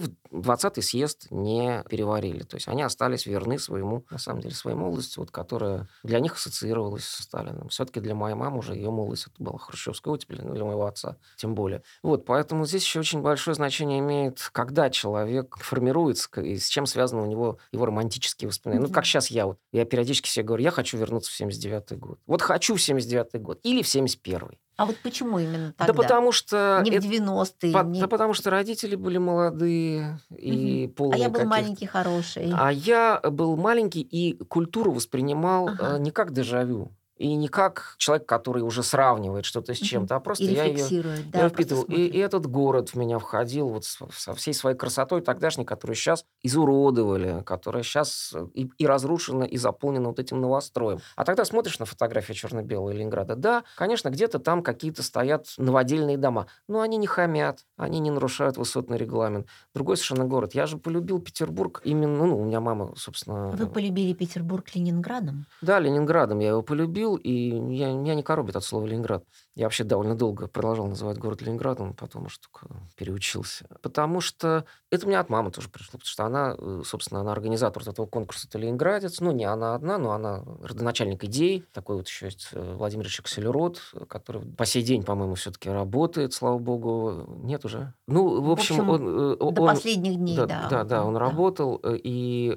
20-й съезд не переварили. То есть они остались верны своему, на самом деле, своей молодости, вот, которая для них ассоциировалась со Сталиным. Все-таки для моей мамы уже ее молодость это была хрущевская оттепель, для моего отца тем более. Вот, поэтому здесь еще очень большое значение имеет, когда человек формируется, и с чем связаны у него его романтические воспоминания. Ну, как сейчас я периодически себе говорю, я хочу вернуться в 79-й год. Вот хочу в 79-й год или в 71-й. А вот почему именно Да тогда? потому что... Не в 90-е, Да потому что родители были молодые и Мгм. А полные я был каких-то... маленький, хороший. А я был маленький и культуру воспринимал Ага. не как дежавю. И не как человек, который уже сравнивает что-то с Мгм. чем-то, а просто И я ее рефлексирует, я да, просто впитывал. И смотрит. этот город в меня входил вот со всей своей красотой тогдашней, которую сейчас изуродовали, которая сейчас и разрушена, и заполнена вот этим новостроем. А тогда смотришь на фотографии черно-белого Ленинграда, да, конечно, где-то там какие-то стоят новодельные дома, но они не хамят, они не нарушают высотный регламент. Другой совершенно город. Я же полюбил Петербург именно, ну, у меня мама, собственно... Вы полюбили Петербург Ленинградом? Да, Ленинградом я его полюбил, и меня не коробит от слова Ленинград. Я вообще довольно долго продолжал называть город Ленинградом, потом уж только переучился. Потому что это у меня от мамы тоже пришло, потому что она, собственно, она организатор вот этого конкурса «Это Ленинградец». Ну, не она одна, но она родоначальник идей. Такой вот еще есть Владимир Ильич Аксельрод, который по сей день, по-моему, все-таки работает, слава богу. Нет уже. Ну, в общем, до последних дней, да, он да. работал, и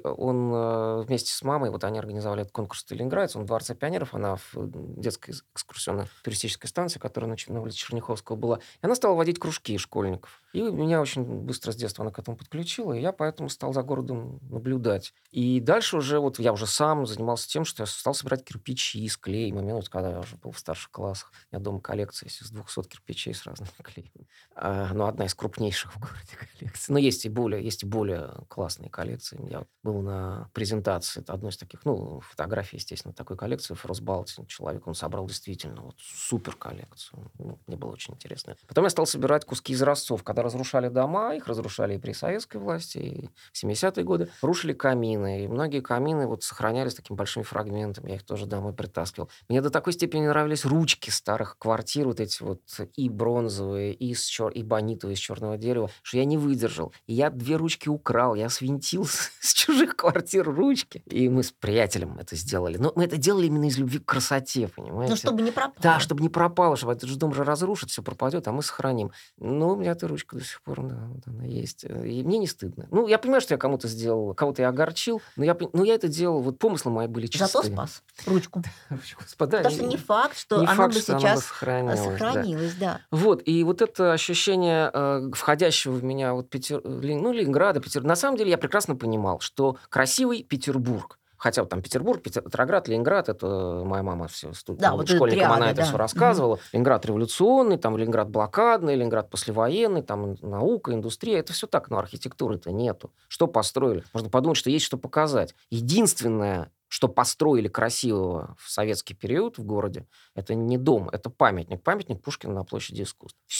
он вместе с мамой, вот они организовали этот конкурс «Это Ленинградец», он в Дворце пионеров, она в детской экскурсионной туристической станции, которая на улице Черняховского была. И она стала водить кружки школьников. И меня очень быстро с детства она к этому подключила, и я поэтому стал за городом наблюдать. И дальше уже вот я уже сам занимался тем, что я стал собирать кирпичи, склей. Момент, когда я уже был в старших классах. У меня дома коллекция из 200 кирпичей с разными клеями. Ну, одна из крупнейших в городе коллекций. Но есть и более классные коллекции. Я был на презентации одной из таких, фотографий, естественно, такой коллекции в Росбалте. Человек, он собрал действительно вот супер коллекцию. Мне было очень интересно. Потом я стал собирать куски изразцов. Когда разрушали дома, их разрушали и при советской власти, и в 70-е годы, рушили камины. И многие камины вот сохранялись такими большими фрагментами. Я их тоже домой притаскивал. Мне до такой степени нравились ручки старых квартир, вот эти вот и бронзовые, и бонитовые из черного дерева, что я не выдержал. И я 2 ручки украл, я свинтил с чужих квартир ручки. И мы с приятелем это сделали. Но мы это делали именно из любви к красоте, понимаете? Ну, чтобы не пропало. Да, чтобы не пропало, чтобы этот же дом же разрушит, все пропадет, а мы сохраним. Ну, у меня эта ручка до сих пор, да, вот она есть. И мне не стыдно. Ну, я понимаю, что я кому-то сделал, кого-то я огорчил, но я это делал, вот помыслы мои были чистые. Зато спас ручку. Господа, Потому что не факт, что она бы сейчас сохранилась, да. Вот, и вот это ощущение входящего в меня вот Ленинграда, на самом деле я прекрасно понимал, что красивый Петербург, хотя вот там Петербург, Петроград, Ленинград, это моя мама все вот школьникам она это да. все рассказывала. Ленинград революционный, там Ленинград блокадный, Ленинград послевоенный, там наука, индустрия, это все так, но архитектуры-то нету. Что построили? Можно подумать, что есть что показать. Единственное, что построили красивого в советский период в городе, это не дом, это памятник. Памятник Пушкину на площади искусств. Все.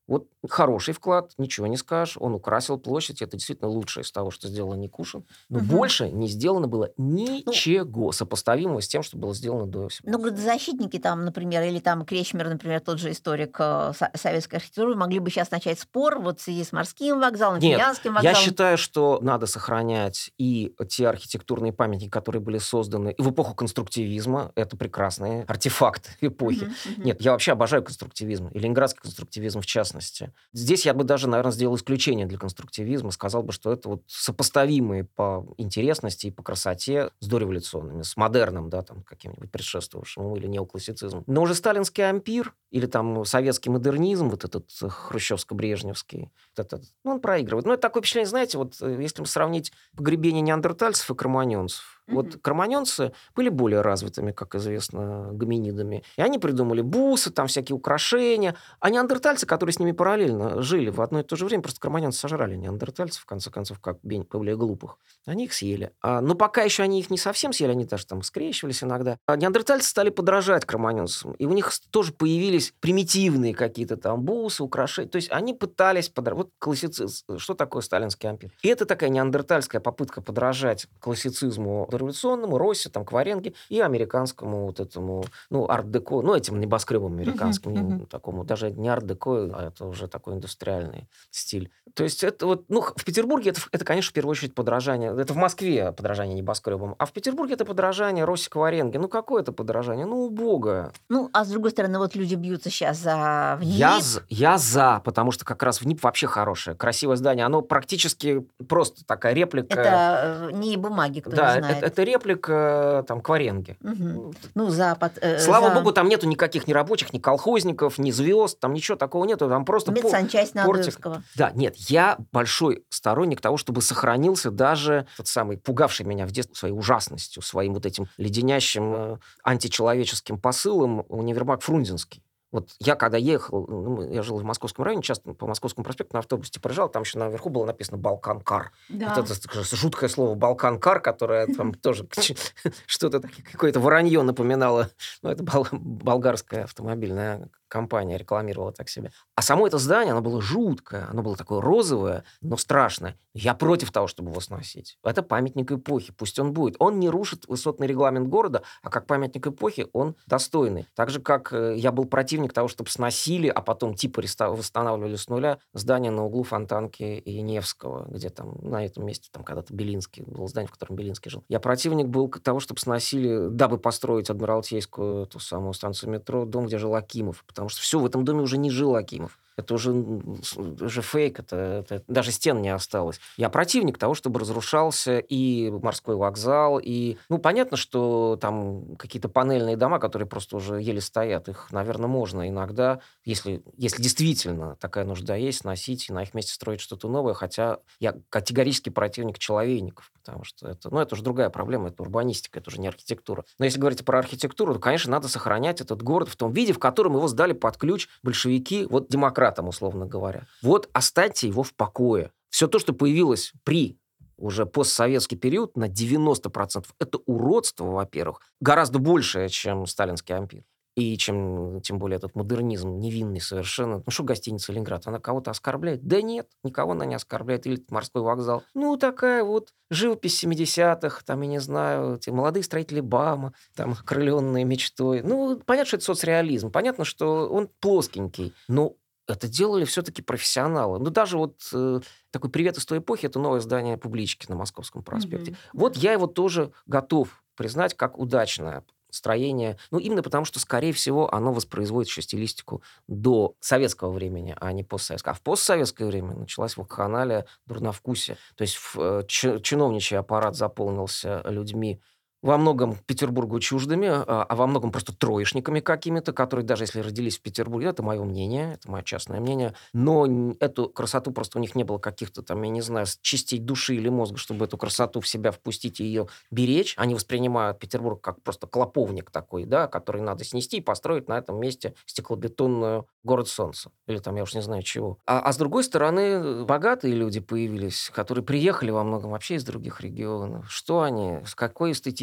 Вот хороший вклад, ничего не скажешь. Он украсил площадь. Это действительно лучшее из того, что сделал Никушин. Но Мгм. больше не сделано было Ну, ничего сопоставимого с тем, что было сделано до Иосифа. ну, градозащитники там, например, или там Кречмер, например, тот же историк советской архитектуры, могли бы сейчас начать спор вот в связи с морским вокзалом, Нет, Финляндским я вокзалом. считаю, что надо сохранять и те архитектурные памятники, которые были созданы и в эпоху конструктивизма. Это прекрасные артефакты эпохи. Мгм, мгм. Нет, я вообще обожаю конструктивизм, и ленинградский конструктивизм в частности. Здесь я бы даже, наверное, сделал исключение для конструктивизма, сказал бы, что это вот сопоставимые по интересности и по красоте с дореволюционными, с модерном, да, там, каким-нибудь предшествовавшим ему или неоклассицизмом. Но уже сталинский ампир или там советский модернизм, вот этот хрущевско-брежневский, вот этот, ну, он проигрывает. Ну, это такое впечатление, знаете, вот если сравнить погребение неандертальцев и кроманьонцев. Вот Мгм. кроманьонцы были более развитыми, как известно, гоминидами. И они придумали бусы, там всякие украшения. А неандертальцы, которые с ними параллельно жили в одно и то же время, просто кроманьонцы сожрали неандертальцев, в конце концов, как более глупых. Они их съели. Но пока еще они их не совсем съели, они даже там скрещивались иногда. А неандертальцы стали подражать кроманьонцам. И у них тоже появились примитивные какие-то там бусы, украшения. То есть они пытались подражать. Вот классицизм. Что такое сталинский ампир? И это такая неандертальская попытка подражать классицизму революционному, Росси, там, Кваренге и американскому вот этому, ну, арт-деко, ну, этим небоскребам Мгм, американским, мгм. такому, даже не арт-деко, а это уже такой индустриальный стиль. То есть это вот, ну, в Петербурге это, конечно, в первую очередь подражание, это в Москве подражание небоскребам, а в Петербурге это подражание Росси Кваренге. Ну, какое это подражание? Ну, убогое. Ну, а с другой стороны, вот люди бьются сейчас за в НИИП. Я за, потому что как раз в НИП вообще хорошее, красивое здание. Оно практически просто такая реплика. Это НИИ бумаги, кто не Да, знает. это реплика там Кваренги. Мгм. Ну, Ну, слава за богу, там нету никаких ни рабочих, ни колхозников, ни звезд, там ничего такого нету, там просто медсанчасть на портик. Адоевского. Да, нет, я большой сторонник того, чтобы сохранился даже тот самый, пугавший меня в детстве своей ужасностью, своим вот этим леденящим античеловеческим посылом универмаг Фрунзенский. Вот я когда ехал, я жил в Московском районе, часто по Московскому проспекту на автобусе проезжал, там еще наверху было написано «Балкан-кар». Да. Вот это жуткое слово «Балкан-кар», которое там тоже что-то какое-то вранье напоминало. Ну, это болгарская автомобильная компания рекламировала так себе. А само это здание, оно было жуткое, оно было такое розовое, но страшное. Я против того, чтобы его сносить. Это памятник эпохи, пусть он будет. Он не рушит высотный регламент города, а как памятник эпохи он достойный. Так же, как я был противник того, чтобы сносили, а потом типа восстанавливали с нуля здание на углу Фонтанки и Невского, где там на этом месте там когда-то Белинский, было здание, в котором Белинский жил. Я противник был того, чтобы сносили, дабы построить Адмиралтейскую, ту самую станцию метро, дом, где жил Акимов. Потому что все, в этом доме уже не жил Акимов. Это уже фейк, это даже стен не осталось. Я противник того, чтобы разрушался и морской вокзал, и... Ну, понятно, что там какие-то панельные дома, которые просто уже еле стоят, их, наверное, можно иногда, если действительно такая нужда есть, сносить и на их месте строить что-то новое, хотя я категорически противник человейников, потому что это уже другая проблема, это урбанистика, это уже не архитектура. Но если говорить про архитектуру, то, конечно, надо сохранять этот город в том виде, в котором его сдали под ключ большевики, вот демократам, условно говоря. Вот оставьте его в покое. Все то, что появилось при уже постсоветский период, на 90% это уродство, во-первых, гораздо большее, чем сталинский ампир. И тем более этот модернизм невинный совершенно. Ну что гостиница «Ленинград», она кого-то оскорбляет? Да нет, никого она не оскорбляет. Или морской вокзал. Ну, такая вот живопись 70-х, там, я не знаю, эти молодые строители БАМа, там, окрыленные мечтой. Ну, понятно, что это соцреализм. Понятно, что он плоскенький. Но это делали все-таки профессионалы. Ну, даже вот такой привет из той эпохи, это новое здание «Публички» на Московском проспекте. Мгм. Вот я его тоже готов признать как удачное строение. Ну, именно потому, что, скорее всего, оно воспроизводит еще стилистику до советского времени, а не постсоветского. А в постсоветское время началась вакханалия, дурновкусие. То есть чиновничий аппарат заполнился людьми, во многом Петербургу чуждыми, а во многом просто троечниками какими-то, которые даже если родились в Петербурге, это мое мнение, это мое частное мнение, но эту красоту просто у них не было каких-то там, я не знаю, частей души или мозга, чтобы эту красоту в себя впустить и ее беречь. Они воспринимают Петербург как просто клоповник такой, да, который надо снести и построить на этом месте стеклобетонную город солнца. Или там, я уж не знаю чего. А с другой стороны, богатые люди появились, которые приехали во многом вообще из других регионов. Что они, с какой эстетической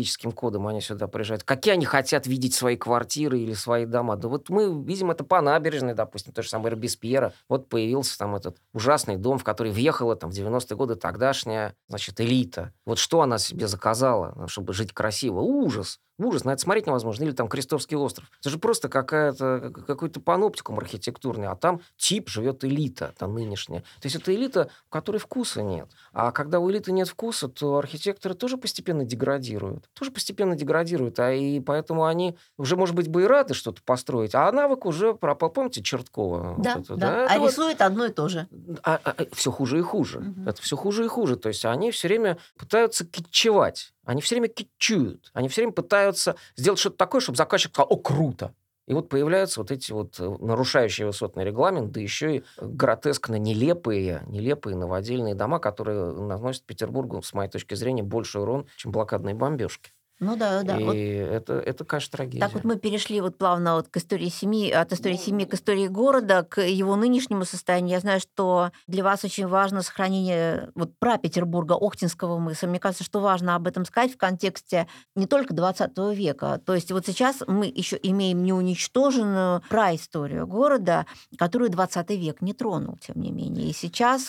демографическим кодом они сюда приезжают, какие они хотят видеть свои квартиры или свои дома. Да вот мы видим это по набережной, допустим, то же самое Робеспьера. Вот появился там этот ужасный дом, в который въехала там в 90-е годы тогдашняя, значит, элита. Вот что она себе заказала, чтобы жить красиво? Ужас! Ужас, на это смотреть невозможно. Или там Крестовский остров. Это же просто какой-то паноптикум архитектурный, а там тип живет элита, там нынешняя. То есть это элита, у которой вкуса нет. А когда у элиты нет вкуса, то архитекторы тоже постепенно деградируют. И поэтому они уже, может быть, бы и рады что-то построить, а навык уже пропал. Помните Черткова? Да, Вот это, да. Это А рисует одно и то же. все хуже и хуже. Мгм. Это все хуже и хуже. То есть они все время пытаются китчевать. Они все время китчуют. Они все время пытаются сделать что-то такое, чтобы заказчик сказал: «О, круто!» И вот появляются вот эти вот нарушающие высотный регламент, да еще и гротескно нелепые новодельные дома, которые наносят Петербургу, с моей точки зрения, больше урон, чем блокадные бомбежки. Ну да. И Вот это, конечно, трагедия. так вот мы перешли вот плавно вот к истории семьи, от истории семьи к истории города, к его нынешнему состоянию. Я знаю, что для вас очень важно сохранение вот про Петербурга, Охтинского мыса. Мне кажется, что важно об этом сказать в контексте не только 20 века. То есть вот сейчас мы еще имеем неуничтоженную праисторию города, которую 20 век не тронул, тем не менее. И сейчас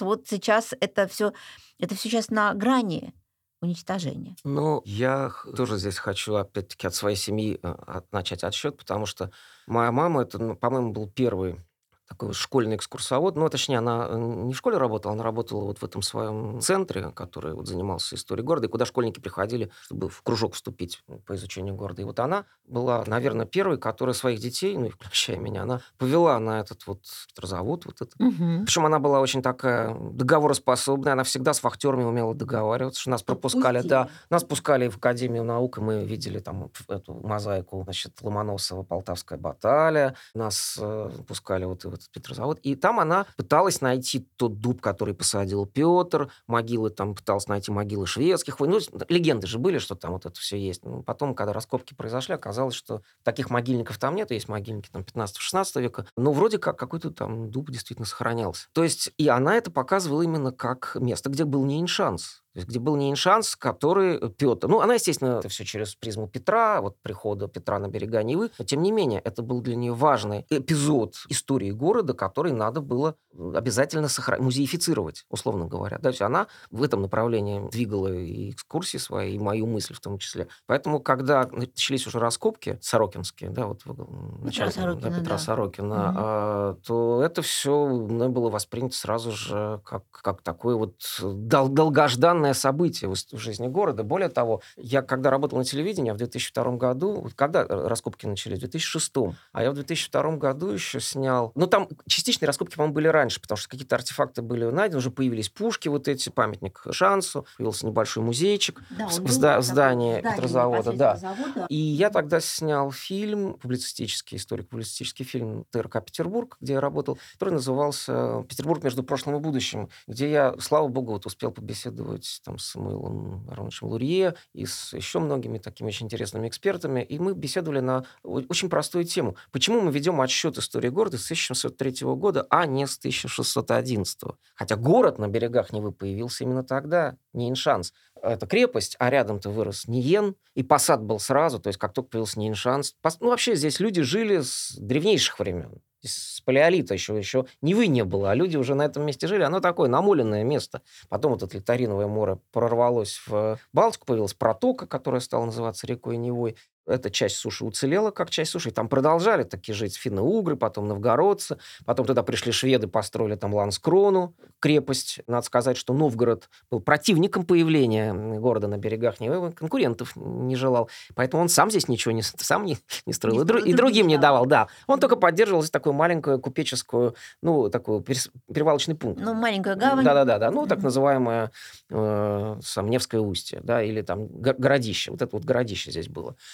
это все сейчас на грани уничтожения. Ну, я тоже здесь хочу, опять-таки, от своей семьи начать отсчет, потому что моя мама, это, по-моему, был первый такой вот школьный экскурсовод. Ну, точнее, она не в школе работала, она работала вот в этом своем центре, который вот занимался историей города, и куда школьники приходили, чтобы в кружок вступить по изучению города. И вот она была, наверное, первой, которая своих детей, ну и включая меня, она повела на этот вот завод. Вот этот. Мгм. Причем она была очень такая договороспособная, она всегда с вахтерами умела договариваться, что нас пропускали, да, нас пускали в Академию наук, и мы видели там эту мозаику, значит, Ломоносова, Полтавская баталия, нас пускали вот в этот Петрозавод, и там она пыталась найти тот дуб, который посадил Петр, могилы там, пыталась найти могилы шведских войн. Ну, легенды же были, что там вот это все есть. Ну, потом, когда раскопки произошли, оказалось, что таких могильников там нет, есть могильники там 15-16 века, но вроде как какой-то там дуб действительно сохранялся. То есть и она это показывала именно как место, где был Нейншанс. То есть где был Нейншанс, который Петр... Ну, она, естественно, это все через призму Петра, вот прихода Петра на берега Невы, но, тем не менее, это был для нее важный эпизод истории города, который надо было обязательно музеифицировать, условно говоря. Да? То есть она в этом направлении двигала и экскурсии свои, и мою мысль в том числе. Поэтому, когда начались уже раскопки сорокинские, да, вот в начале Петра Сорокина, то это все было воспринято сразу же как такое вот долгожданное событие в жизни города. Более того, я когда работал на телевидении в 2002 году, вот когда раскопки начались? В 2006. А я в 2002 году еще снял... Ну, там частичные раскопки, по-моему, были раньше, потому что какие-то артефакты были найдены, уже появились пушки, вот эти, памятник Шансу, появился небольшой музейчик в здании Петрозавода. Да. И я тогда снял фильм, историко-публицистический фильм ТРК «Петербург», где я работал, который назывался «Петербург между прошлым и будущим», где я, слава богу, вот успел побеседовать там с Самуилом Ароновичем Лурье и с еще многими такими очень интересными экспертами, и мы беседовали на очень простую тему. Почему мы ведем отсчет истории города с 1703 года, а не с 1611? Хотя город на берегах Невы появился именно тогда, Нейншанс. Это крепость, а рядом-то вырос Ниен, и посад был сразу, то есть как только появился Нейншанс. Ну, вообще здесь люди жили с древнейших времен. С палеолита еще Невы не было, а люди уже на этом месте жили. Оно такое намоленное место. Потом вот это Литариновое море прорвалось в Балтику, появилась протока, которая стала называться рекой Невой. Эта часть суши уцелела как часть суши. И там продолжали таки жить финно-угры, потом новгородцы. Потом туда пришли шведы, построили там Ланскрону, крепость. Надо сказать, что Новгород был противником появления города на берегах Невы, конкурентов не желал. Поэтому он сам здесь ничего не строил. И другим не давал. Да. Он только поддерживал здесь такую маленькую купеческую, ну, такой перевалочный пункт. Ну, маленькая гавань. Да. Ну, так называемое Невское устье, да, или там городище. Вот это вот городище здесь было.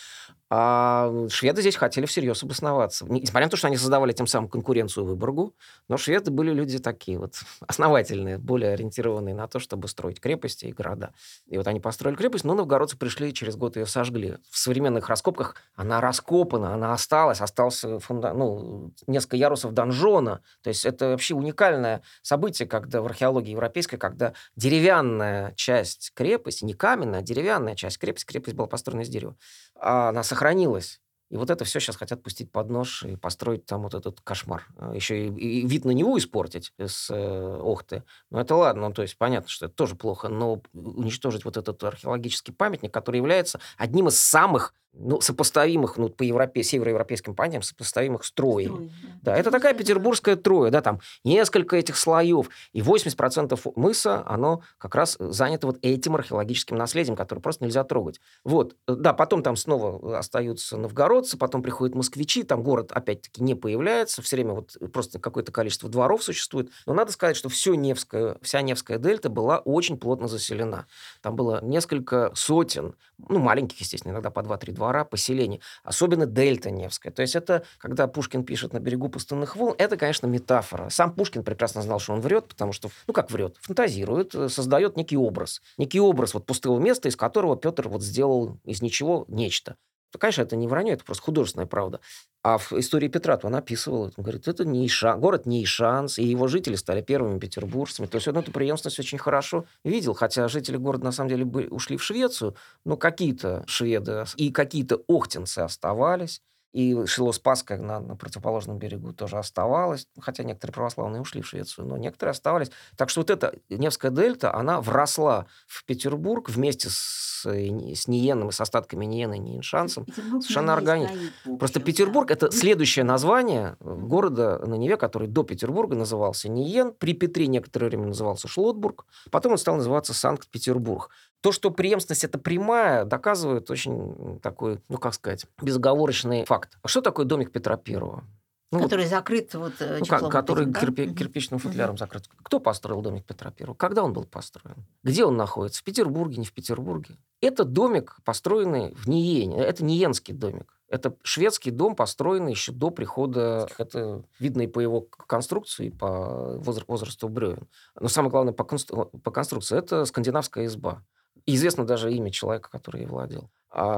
А шведы здесь хотели всерьез обосноваться. Несмотря на то, что они создавали тем самым конкуренцию Выборгу, но шведы были люди такие вот основательные, более ориентированные на то, чтобы строить крепости и города. И вот они построили крепость, но новгородцы пришли, через год ее сожгли. В современных раскопках она раскопана, она осталась, остался несколько ярусов донжона. То есть это вообще уникальное событие, когда в археологии европейской, когда деревянная часть крепости, не каменная, а деревянная часть крепости, крепость была построена из дерева, она сохранилась. И вот это все сейчас хотят пустить под нож и построить там вот этот кошмар. Еще и вид на Неву испортить с Охты. Но это ладно, то есть понятно, что это тоже плохо, но уничтожить вот этот археологический памятник, который является одним из самых сопоставимых, по североевропейским понятиям, сопоставимых с Троей. Да, это такая петербургская Троя, да, там несколько этих слоев, и 80% мыса, оно как раз занято вот этим археологическим наследием, которое просто нельзя трогать. Вот, да, потом там снова остаются новгородцы, потом приходят москвичи, там город опять-таки не появляется, все время вот просто какое-то количество дворов существует, но надо сказать, что вся Невская дельта была очень плотно заселена. Там было несколько сотен, маленьких, естественно, иногда по 2-3 двора, поселений, особенно дельта Невская. То есть это, когда Пушкин пишет «На берегу пустынных волн», это, конечно, метафора. Сам Пушкин прекрасно знал, что он врет, потому что, как врет, фантазирует, создает некий образ вот пустого места, из которого Петр вот сделал из ничего нечто. То, конечно, это не вранье, это просто художественная правда. А в истории Петра он описывал, он говорит, это город Нейшанс, и его жители стали первыми петербуржцами. То есть он эту преемственность очень хорошо видел, хотя жители города на самом деле ушли в Швецию, но какие-то шведы и какие-то охтинцы оставались. И село Спасское на противоположном берегу тоже оставалось, хотя некоторые православные ушли в Швецию, но некоторые оставались. Так что вот эта Невская дельта, она вросла в Петербург вместе с Ниеном и с остатками Ниена и Нейшансом. Совершенно органично. Просто Петербург — это следующее название города на Неве, который до Петербурга назывался Ниен, при Петре некоторое время назывался Шлотбург, потом он стал называться Санкт-Петербург. То, что преемственность это прямая, доказывает очень такой, безоговорочный факт. А что такое домик Петра Первого? Который закрыт чехлом. Который кирпичным футляром закрыт. Кто построил домик Петра Первого? Когда он был построен? Где он находится? В Петербурге, не в Петербурге? Это домик, построенный в Ниене. Это ниенский домик. Это шведский дом, построенный еще до прихода, это видно и по его конструкции, и по возрасту бревен. Но самое главное, по конструкции, это скандинавская изба. И известно даже имя человека, который ей владел.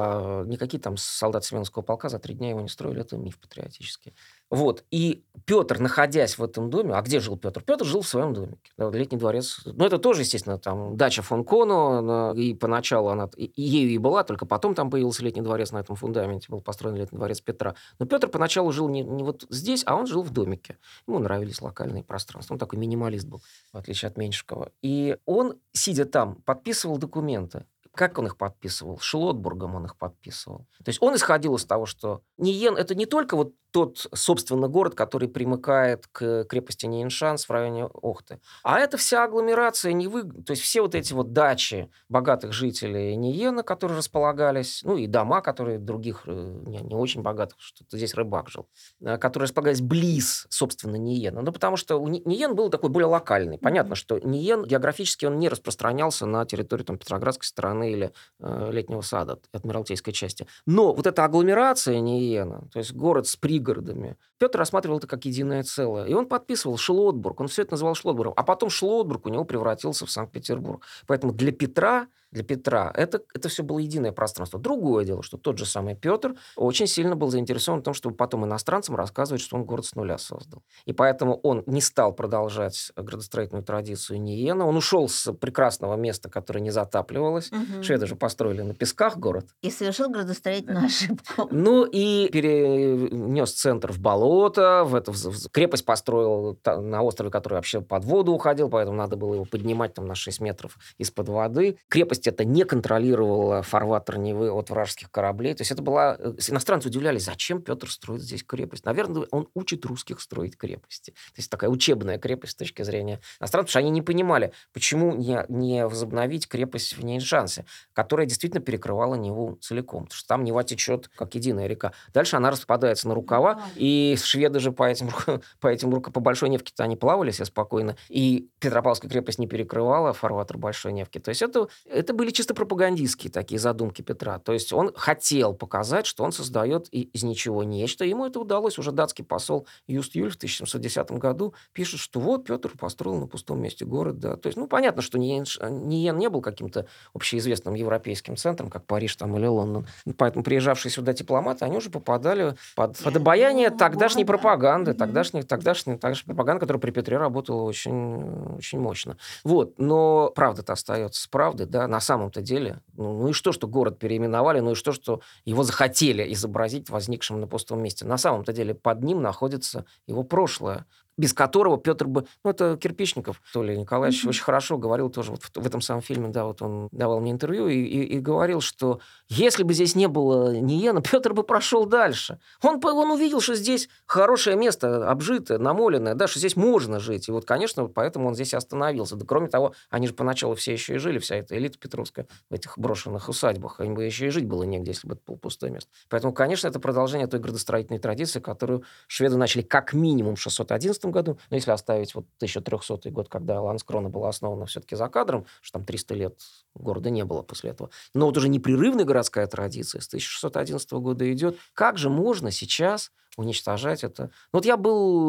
А никакие там солдаты Семеновского полка за 3 дня его не строили, это миф патриотический. Вот. И Петр, находясь в этом доме... А где жил Петр? Петр жил в своем домике. Летний дворец. Это тоже, естественно, там дача фон Коно. И поначалу она ею и была, только потом там появился Летний дворец на этом фундаменте. Был построен Летний дворец Петра. Но Петр поначалу жил не вот здесь, а он жил в домике. Ему нравились локальные пространства. Он такой минималист был, в отличие от Меньшикова. И он, сидя там, подписывал документы. Как он их подписывал? Шлотбургом он их подписывал. То есть он исходил из того, что Ниен — это не только вот тот, собственно, город, который примыкает к крепости Нейншанс в районе Охты, а это вся агломерация Невы, то есть все вот эти вот дачи богатых жителей Ниена, которые располагались, и дома, которые других не очень богатых, что здесь рыбак жил, которые располагались близ, собственно, Ниена. Потому что Ниен был такой более локальный. Понятно, что Ниен географически он не распространялся на территорию Петроградской стороны или Летнего сада, Адмиралтейской части. Но вот эта агломерация Ниена, то есть город с пригородами, Петр рассматривал это как единое целое. И он подписывал Шлотбург, он все это называл Шлотбургом. А потом Шлотбург у него превратился в Санкт-Петербург. Поэтому для Петра это все было единое пространство. Другое дело, что тот же самый Петр очень сильно был заинтересован в том, чтобы потом иностранцам рассказывать, что он город с нуля создал. И поэтому он не стал продолжать градостроительную традицию Ниена. Он ушел с прекрасного места, которое не затапливалось. Шведы же построили на песках город. И совершил градостроительную ошибку. И перенес центр в болото, крепость построил на острове, который вообще под воду уходил, поэтому надо было его поднимать на 6 метров из-под воды. Крепость это не контролировала фарватер Невы от вражеских кораблей. То есть это была... Иностранцы удивлялись, зачем Петр строит здесь крепость. Наверное, он учит русских строить крепости. То есть такая учебная крепость с точки зрения иностранцев, потому что они не понимали, почему не возобновить крепость в Нейншансе, которая действительно перекрывала Неву целиком. Потому что там Нева течет, как единая река. Дальше она распадается на рукава, и шведы же по Большой Невке-то они плавали себе спокойно, и Петропавловская крепость не перекрывала фарватер Большой Невки. То есть это это были чисто пропагандистские такие задумки Петра. То есть он хотел показать, что он создает из ничего нечто. Ему это удалось. Уже датский посол Юст Юль в 1710 году пишет, что вот Петр построил на пустом месте город. Да. То есть, понятно, что Ниен не был каким-то общеизвестным европейским центром, как Париж там, или Лондон. Поэтому приезжавшие сюда дипломаты, они уже попадали под обаяние тогдашней пропаганды. Тогдашней пропаганды, которая при Петре работала очень, очень мощно. Вот. Но правда-то остается правдой, да, на самом-то деле. Ну и что город переименовали, ну и что его захотели изобразить возникшим на пустом месте. На самом-то деле под ним находится его прошлое, без которого Петр бы... это Кирпичников, Анатолий Николаевич, очень хорошо говорил тоже вот в этом самом фильме, да, вот он давал мне интервью и говорил, что если бы здесь не было Ниена, Петр бы прошел дальше. Он увидел, что здесь хорошее место, обжитое, намоленное, да, что здесь можно жить. И вот, конечно, поэтому он здесь и остановился. Да, кроме того, они же поначалу все еще и жили, вся эта элита петровская, в этих брошенных усадьбах. Им бы еще и жить было негде, если бы это было пустое место. Поэтому, конечно, это продолжение той градостроительной традиции, которую шведы начали как минимум в 611 году, но если оставить 1300 год, когда Ланскрона была основана все-таки за кадром, что там 300 лет города не было после этого, но вот уже непрерывная городская традиция с 1611 года идет. Как же можно сейчас уничтожать это? Вот я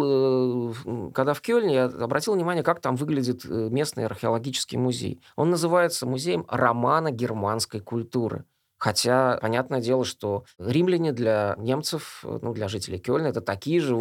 был, когда в Кёльне, я обратил внимание, как там выглядит местный археологический музей. Он называется музеем романо-германской культуры. Хотя, понятное дело, что римляне для немцев, для жителей Кёльна, это такие же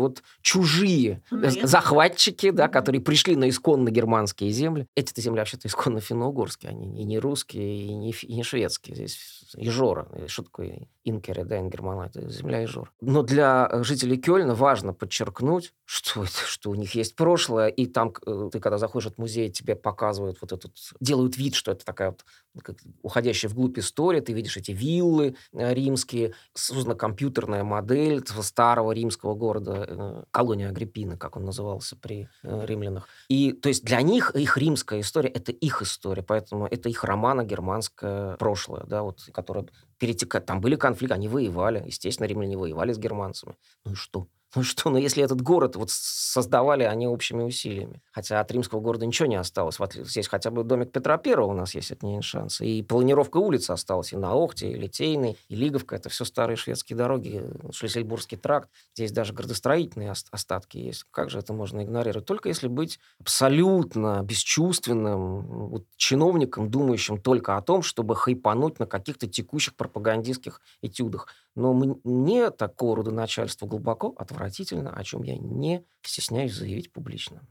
чужие захватчики, да, которые пришли на исконно германские земли. Эти-то земли вообще-то исконно финно-угорские, они и не русские, и не шведские. Здесь Ижора. Что такое инкеры, да, ингермана? Это земля Ижора. Но для жителей Кёльна важно подчеркнуть, что у них есть прошлое, и там, ты когда заходишь в музей, тебе показывают делают вид, что это такая уходящая вглубь история, ты видишь эти виллы римские, создана компьютерная модель старого римского города, колония Агриппины, как он назывался при римлянах. И, то есть, для них их римская история – это их история, поэтому это их романо-германское прошлое, да, которое перетекает. Там были конфликты, они воевали, естественно, римляне воевали с германцами. Ну и что? Но если этот город создавали они общими усилиями. Хотя от римского города ничего не осталось. Здесь хотя бы домик Петра Первого у нас есть, это не шанс. И планировка улиц осталась и на Охте, и Литейной, и Лиговка. Это все старые шведские дороги, Шлиссельбургский тракт. Здесь даже градостроительные остатки есть. Как же это можно игнорировать? Только если быть абсолютно бесчувственным чиновником, думающим только о том, чтобы хайпануть на каких-то текущих пропагандистских этюдах. Но мне такого рода начальство глубоко отвратительно, о чем я не стесняюсь заявить публично.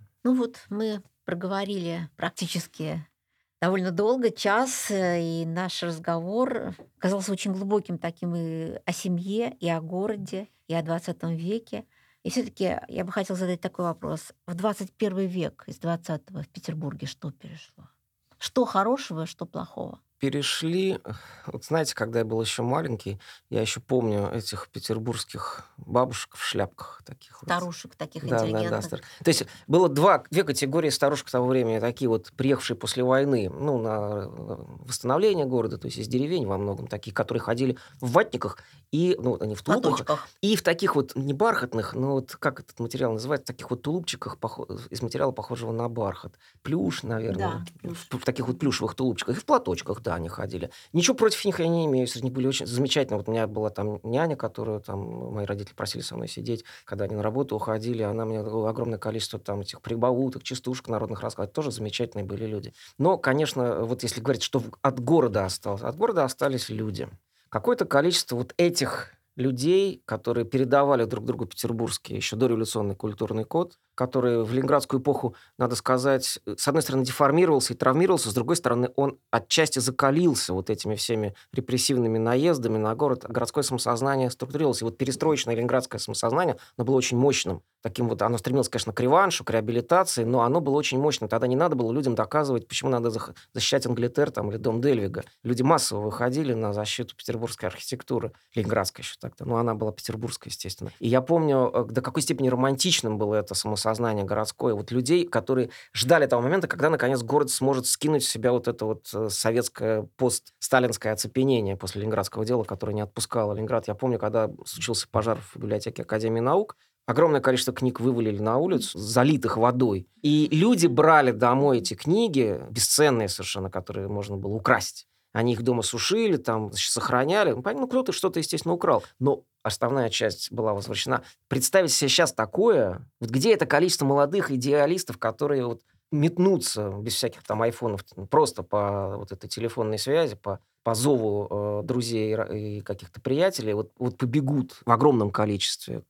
Мы проговорили практически довольно долго, час, и наш разговор казался очень глубоким таким и о семье, и о городе, и о 20 веке. И все-таки я бы хотела задать такой вопрос. В 21 век из 20-го в Петербурге что перешло? Что хорошего, что плохого? Перешли... знаете, когда я был еще маленький, я еще помню этих петербургских бабушек в шляпках таких. Старушек таких да, интеллигентных. Да. То есть было две категории старушек того времени, такие приехавшие после войны, на восстановление города, то есть из деревень во многом, такие, которые ходили в ватниках, и, они в тулупах, и в таких не бархатных, как этот материал называется, таких тулупчиках из материала, похожего на бархат. Плюш, наверное. Да, плюш. В таких плюшевых тулупчиках. И в платочках, да, они ходили. Ничего против них я не имею. Среди них были очень замечательно. У меня была там няня, которую мои родители просили со мной сидеть, когда они на работу уходили. Она мне огромное количество этих прибауток, частушек народных рассказывала. Тоже замечательные были люди. Но, конечно, если говорить, что от города осталось, от города остались люди. Какое-то количество этих людей, которые передавали друг другу петербургский еще дореволюционный культурный код, который в ленинградскую эпоху, надо сказать, с одной стороны, деформировался и травмировался, с другой стороны, он отчасти закалился этими всеми репрессивными наездами на город. Городское самосознание структурировалось. И перестроечное ленинградское самосознание, оно было очень мощным. Оно стремилось, конечно, к реваншу, к реабилитации, но оно было очень мощным. Тогда не надо было людям доказывать, почему надо защищать Англитер или дом Дельвига. Люди массово выходили на защиту петербургской архитектуры, ленинградской еще тогда. Она была петербургская, естественно. И я помню, до какой степени романтичным было это самосознание городское. Людей, которые ждали того момента, когда, наконец, город сможет скинуть с себя это советское постсталинское оцепенение после Ленинградского дела, которое не отпускало Ленинград. Я помню, когда случился пожар в библиотеке Академии наук, огромное количество книг вывалили на улицу, залитых водой. И люди брали домой эти книги, бесценные совершенно, которые можно было украсть. Они их дома сушили, там, значит, сохраняли. Ну, кто-то что-то, естественно, украл. Но основная часть была возвращена. Представить себе сейчас такое, вот где это количество молодых идеалистов, которые вот метнутся без всяких там айфонов, просто по вот этой телефонной связи, по зову друзей и каких-то приятелей, вот побегут в огромном количестве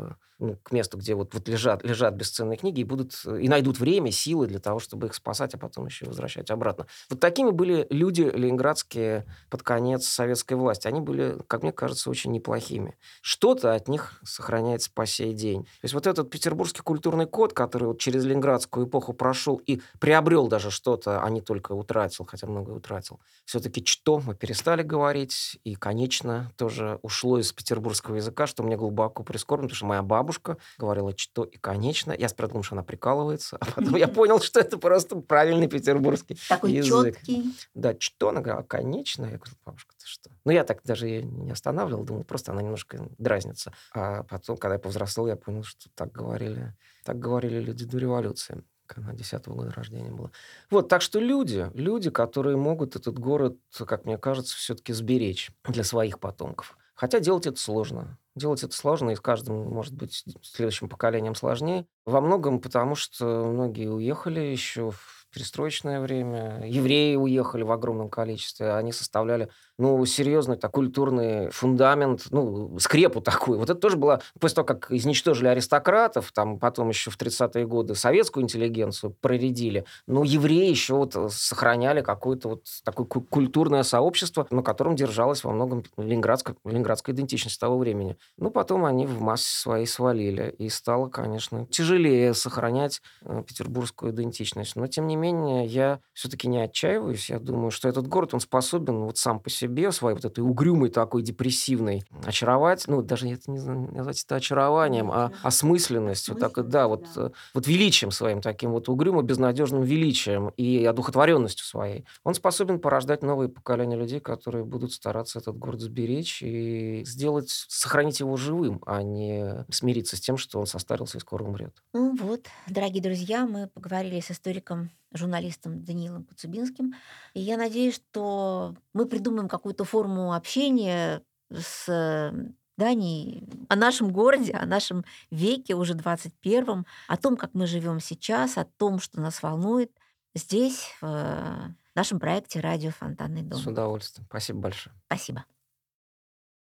к месту, где вот лежат бесценные книги, и найдут время, силы для того, чтобы их спасать, а потом еще возвращать обратно. Вот такими были люди ленинградские под конец советской власти. Они были, как мне кажется, очень неплохими. Что-то от них сохраняется по сей день. То есть вот этот петербургский культурный код, который вот через ленинградскую эпоху прошел и приобрел даже что-то, а не только утратил, хотя многое утратил. Все-таки «что» мы перестали говорить, и, конечно, тоже ушло из петербургского языка, что мне глубоко прискорбно, потому что моя бабушка говорила «что» и «конечно». Я сперва думал, что она прикалывается, а потом я понял, что это просто правильный петербургский Такой язык. четкий. Да, «что» она говорила, «конечно». Я говорю, бабушка, ты что? Ну, я так даже ее не останавливал, думал, просто она немножко дразнится. А потом, когда я повзрослел, я понял, что так говорили люди до революции. Она 10-го года рождения была. Вот, так что люди, которые могут этот город, как мне кажется, все-таки сберечь для своих потомков. Хотя делать это сложно. Делать это сложно, и с каждым, может быть, следующим поколением сложнее. Во многом потому, что многие уехали еще в перестроечное время. Евреи уехали в огромном количестве. Они составляли, серьезный так, культурный фундамент, скрепу такую. Вот это тоже было, после того, как изничтожили аристократов, там потом еще в 30-е годы советскую интеллигенцию проредили, евреи еще вот сохраняли какое-то вот такое культурное сообщество, на котором держалась во многом ленинградская идентичность того времени. Потом они в массе своей свалили, и стало, конечно, тяжелее сохранять петербургскую идентичность. Но, тем не менее, я все-таки не отчаиваюсь. Я думаю, что этот город, он способен вот сам по себе, своей вот этой угрюмой такой депрессивной, очаровать, даже это не знаю, назвать это очарованием, а осмысленностью, вот величием своим таким, вот угрюмо-безнадежным величием и одухотворенностью своей. Он способен порождать новые поколения людей, которые будут стараться этот город сберечь и сохранить его живым, а не смириться с тем, что он состарился и скоро умрет. Дорогие друзья, мы поговорили с историком, журналистом Даниилом Коцюбинским. И я надеюсь, что мы придумаем какую-то форму общения с Данией о нашем городе, о нашем веке, уже 21-м, о том, как мы живем сейчас, о том, что нас волнует здесь, в нашем проекте «Радио Фонтанный дом». С удовольствием. Спасибо большое. Спасибо.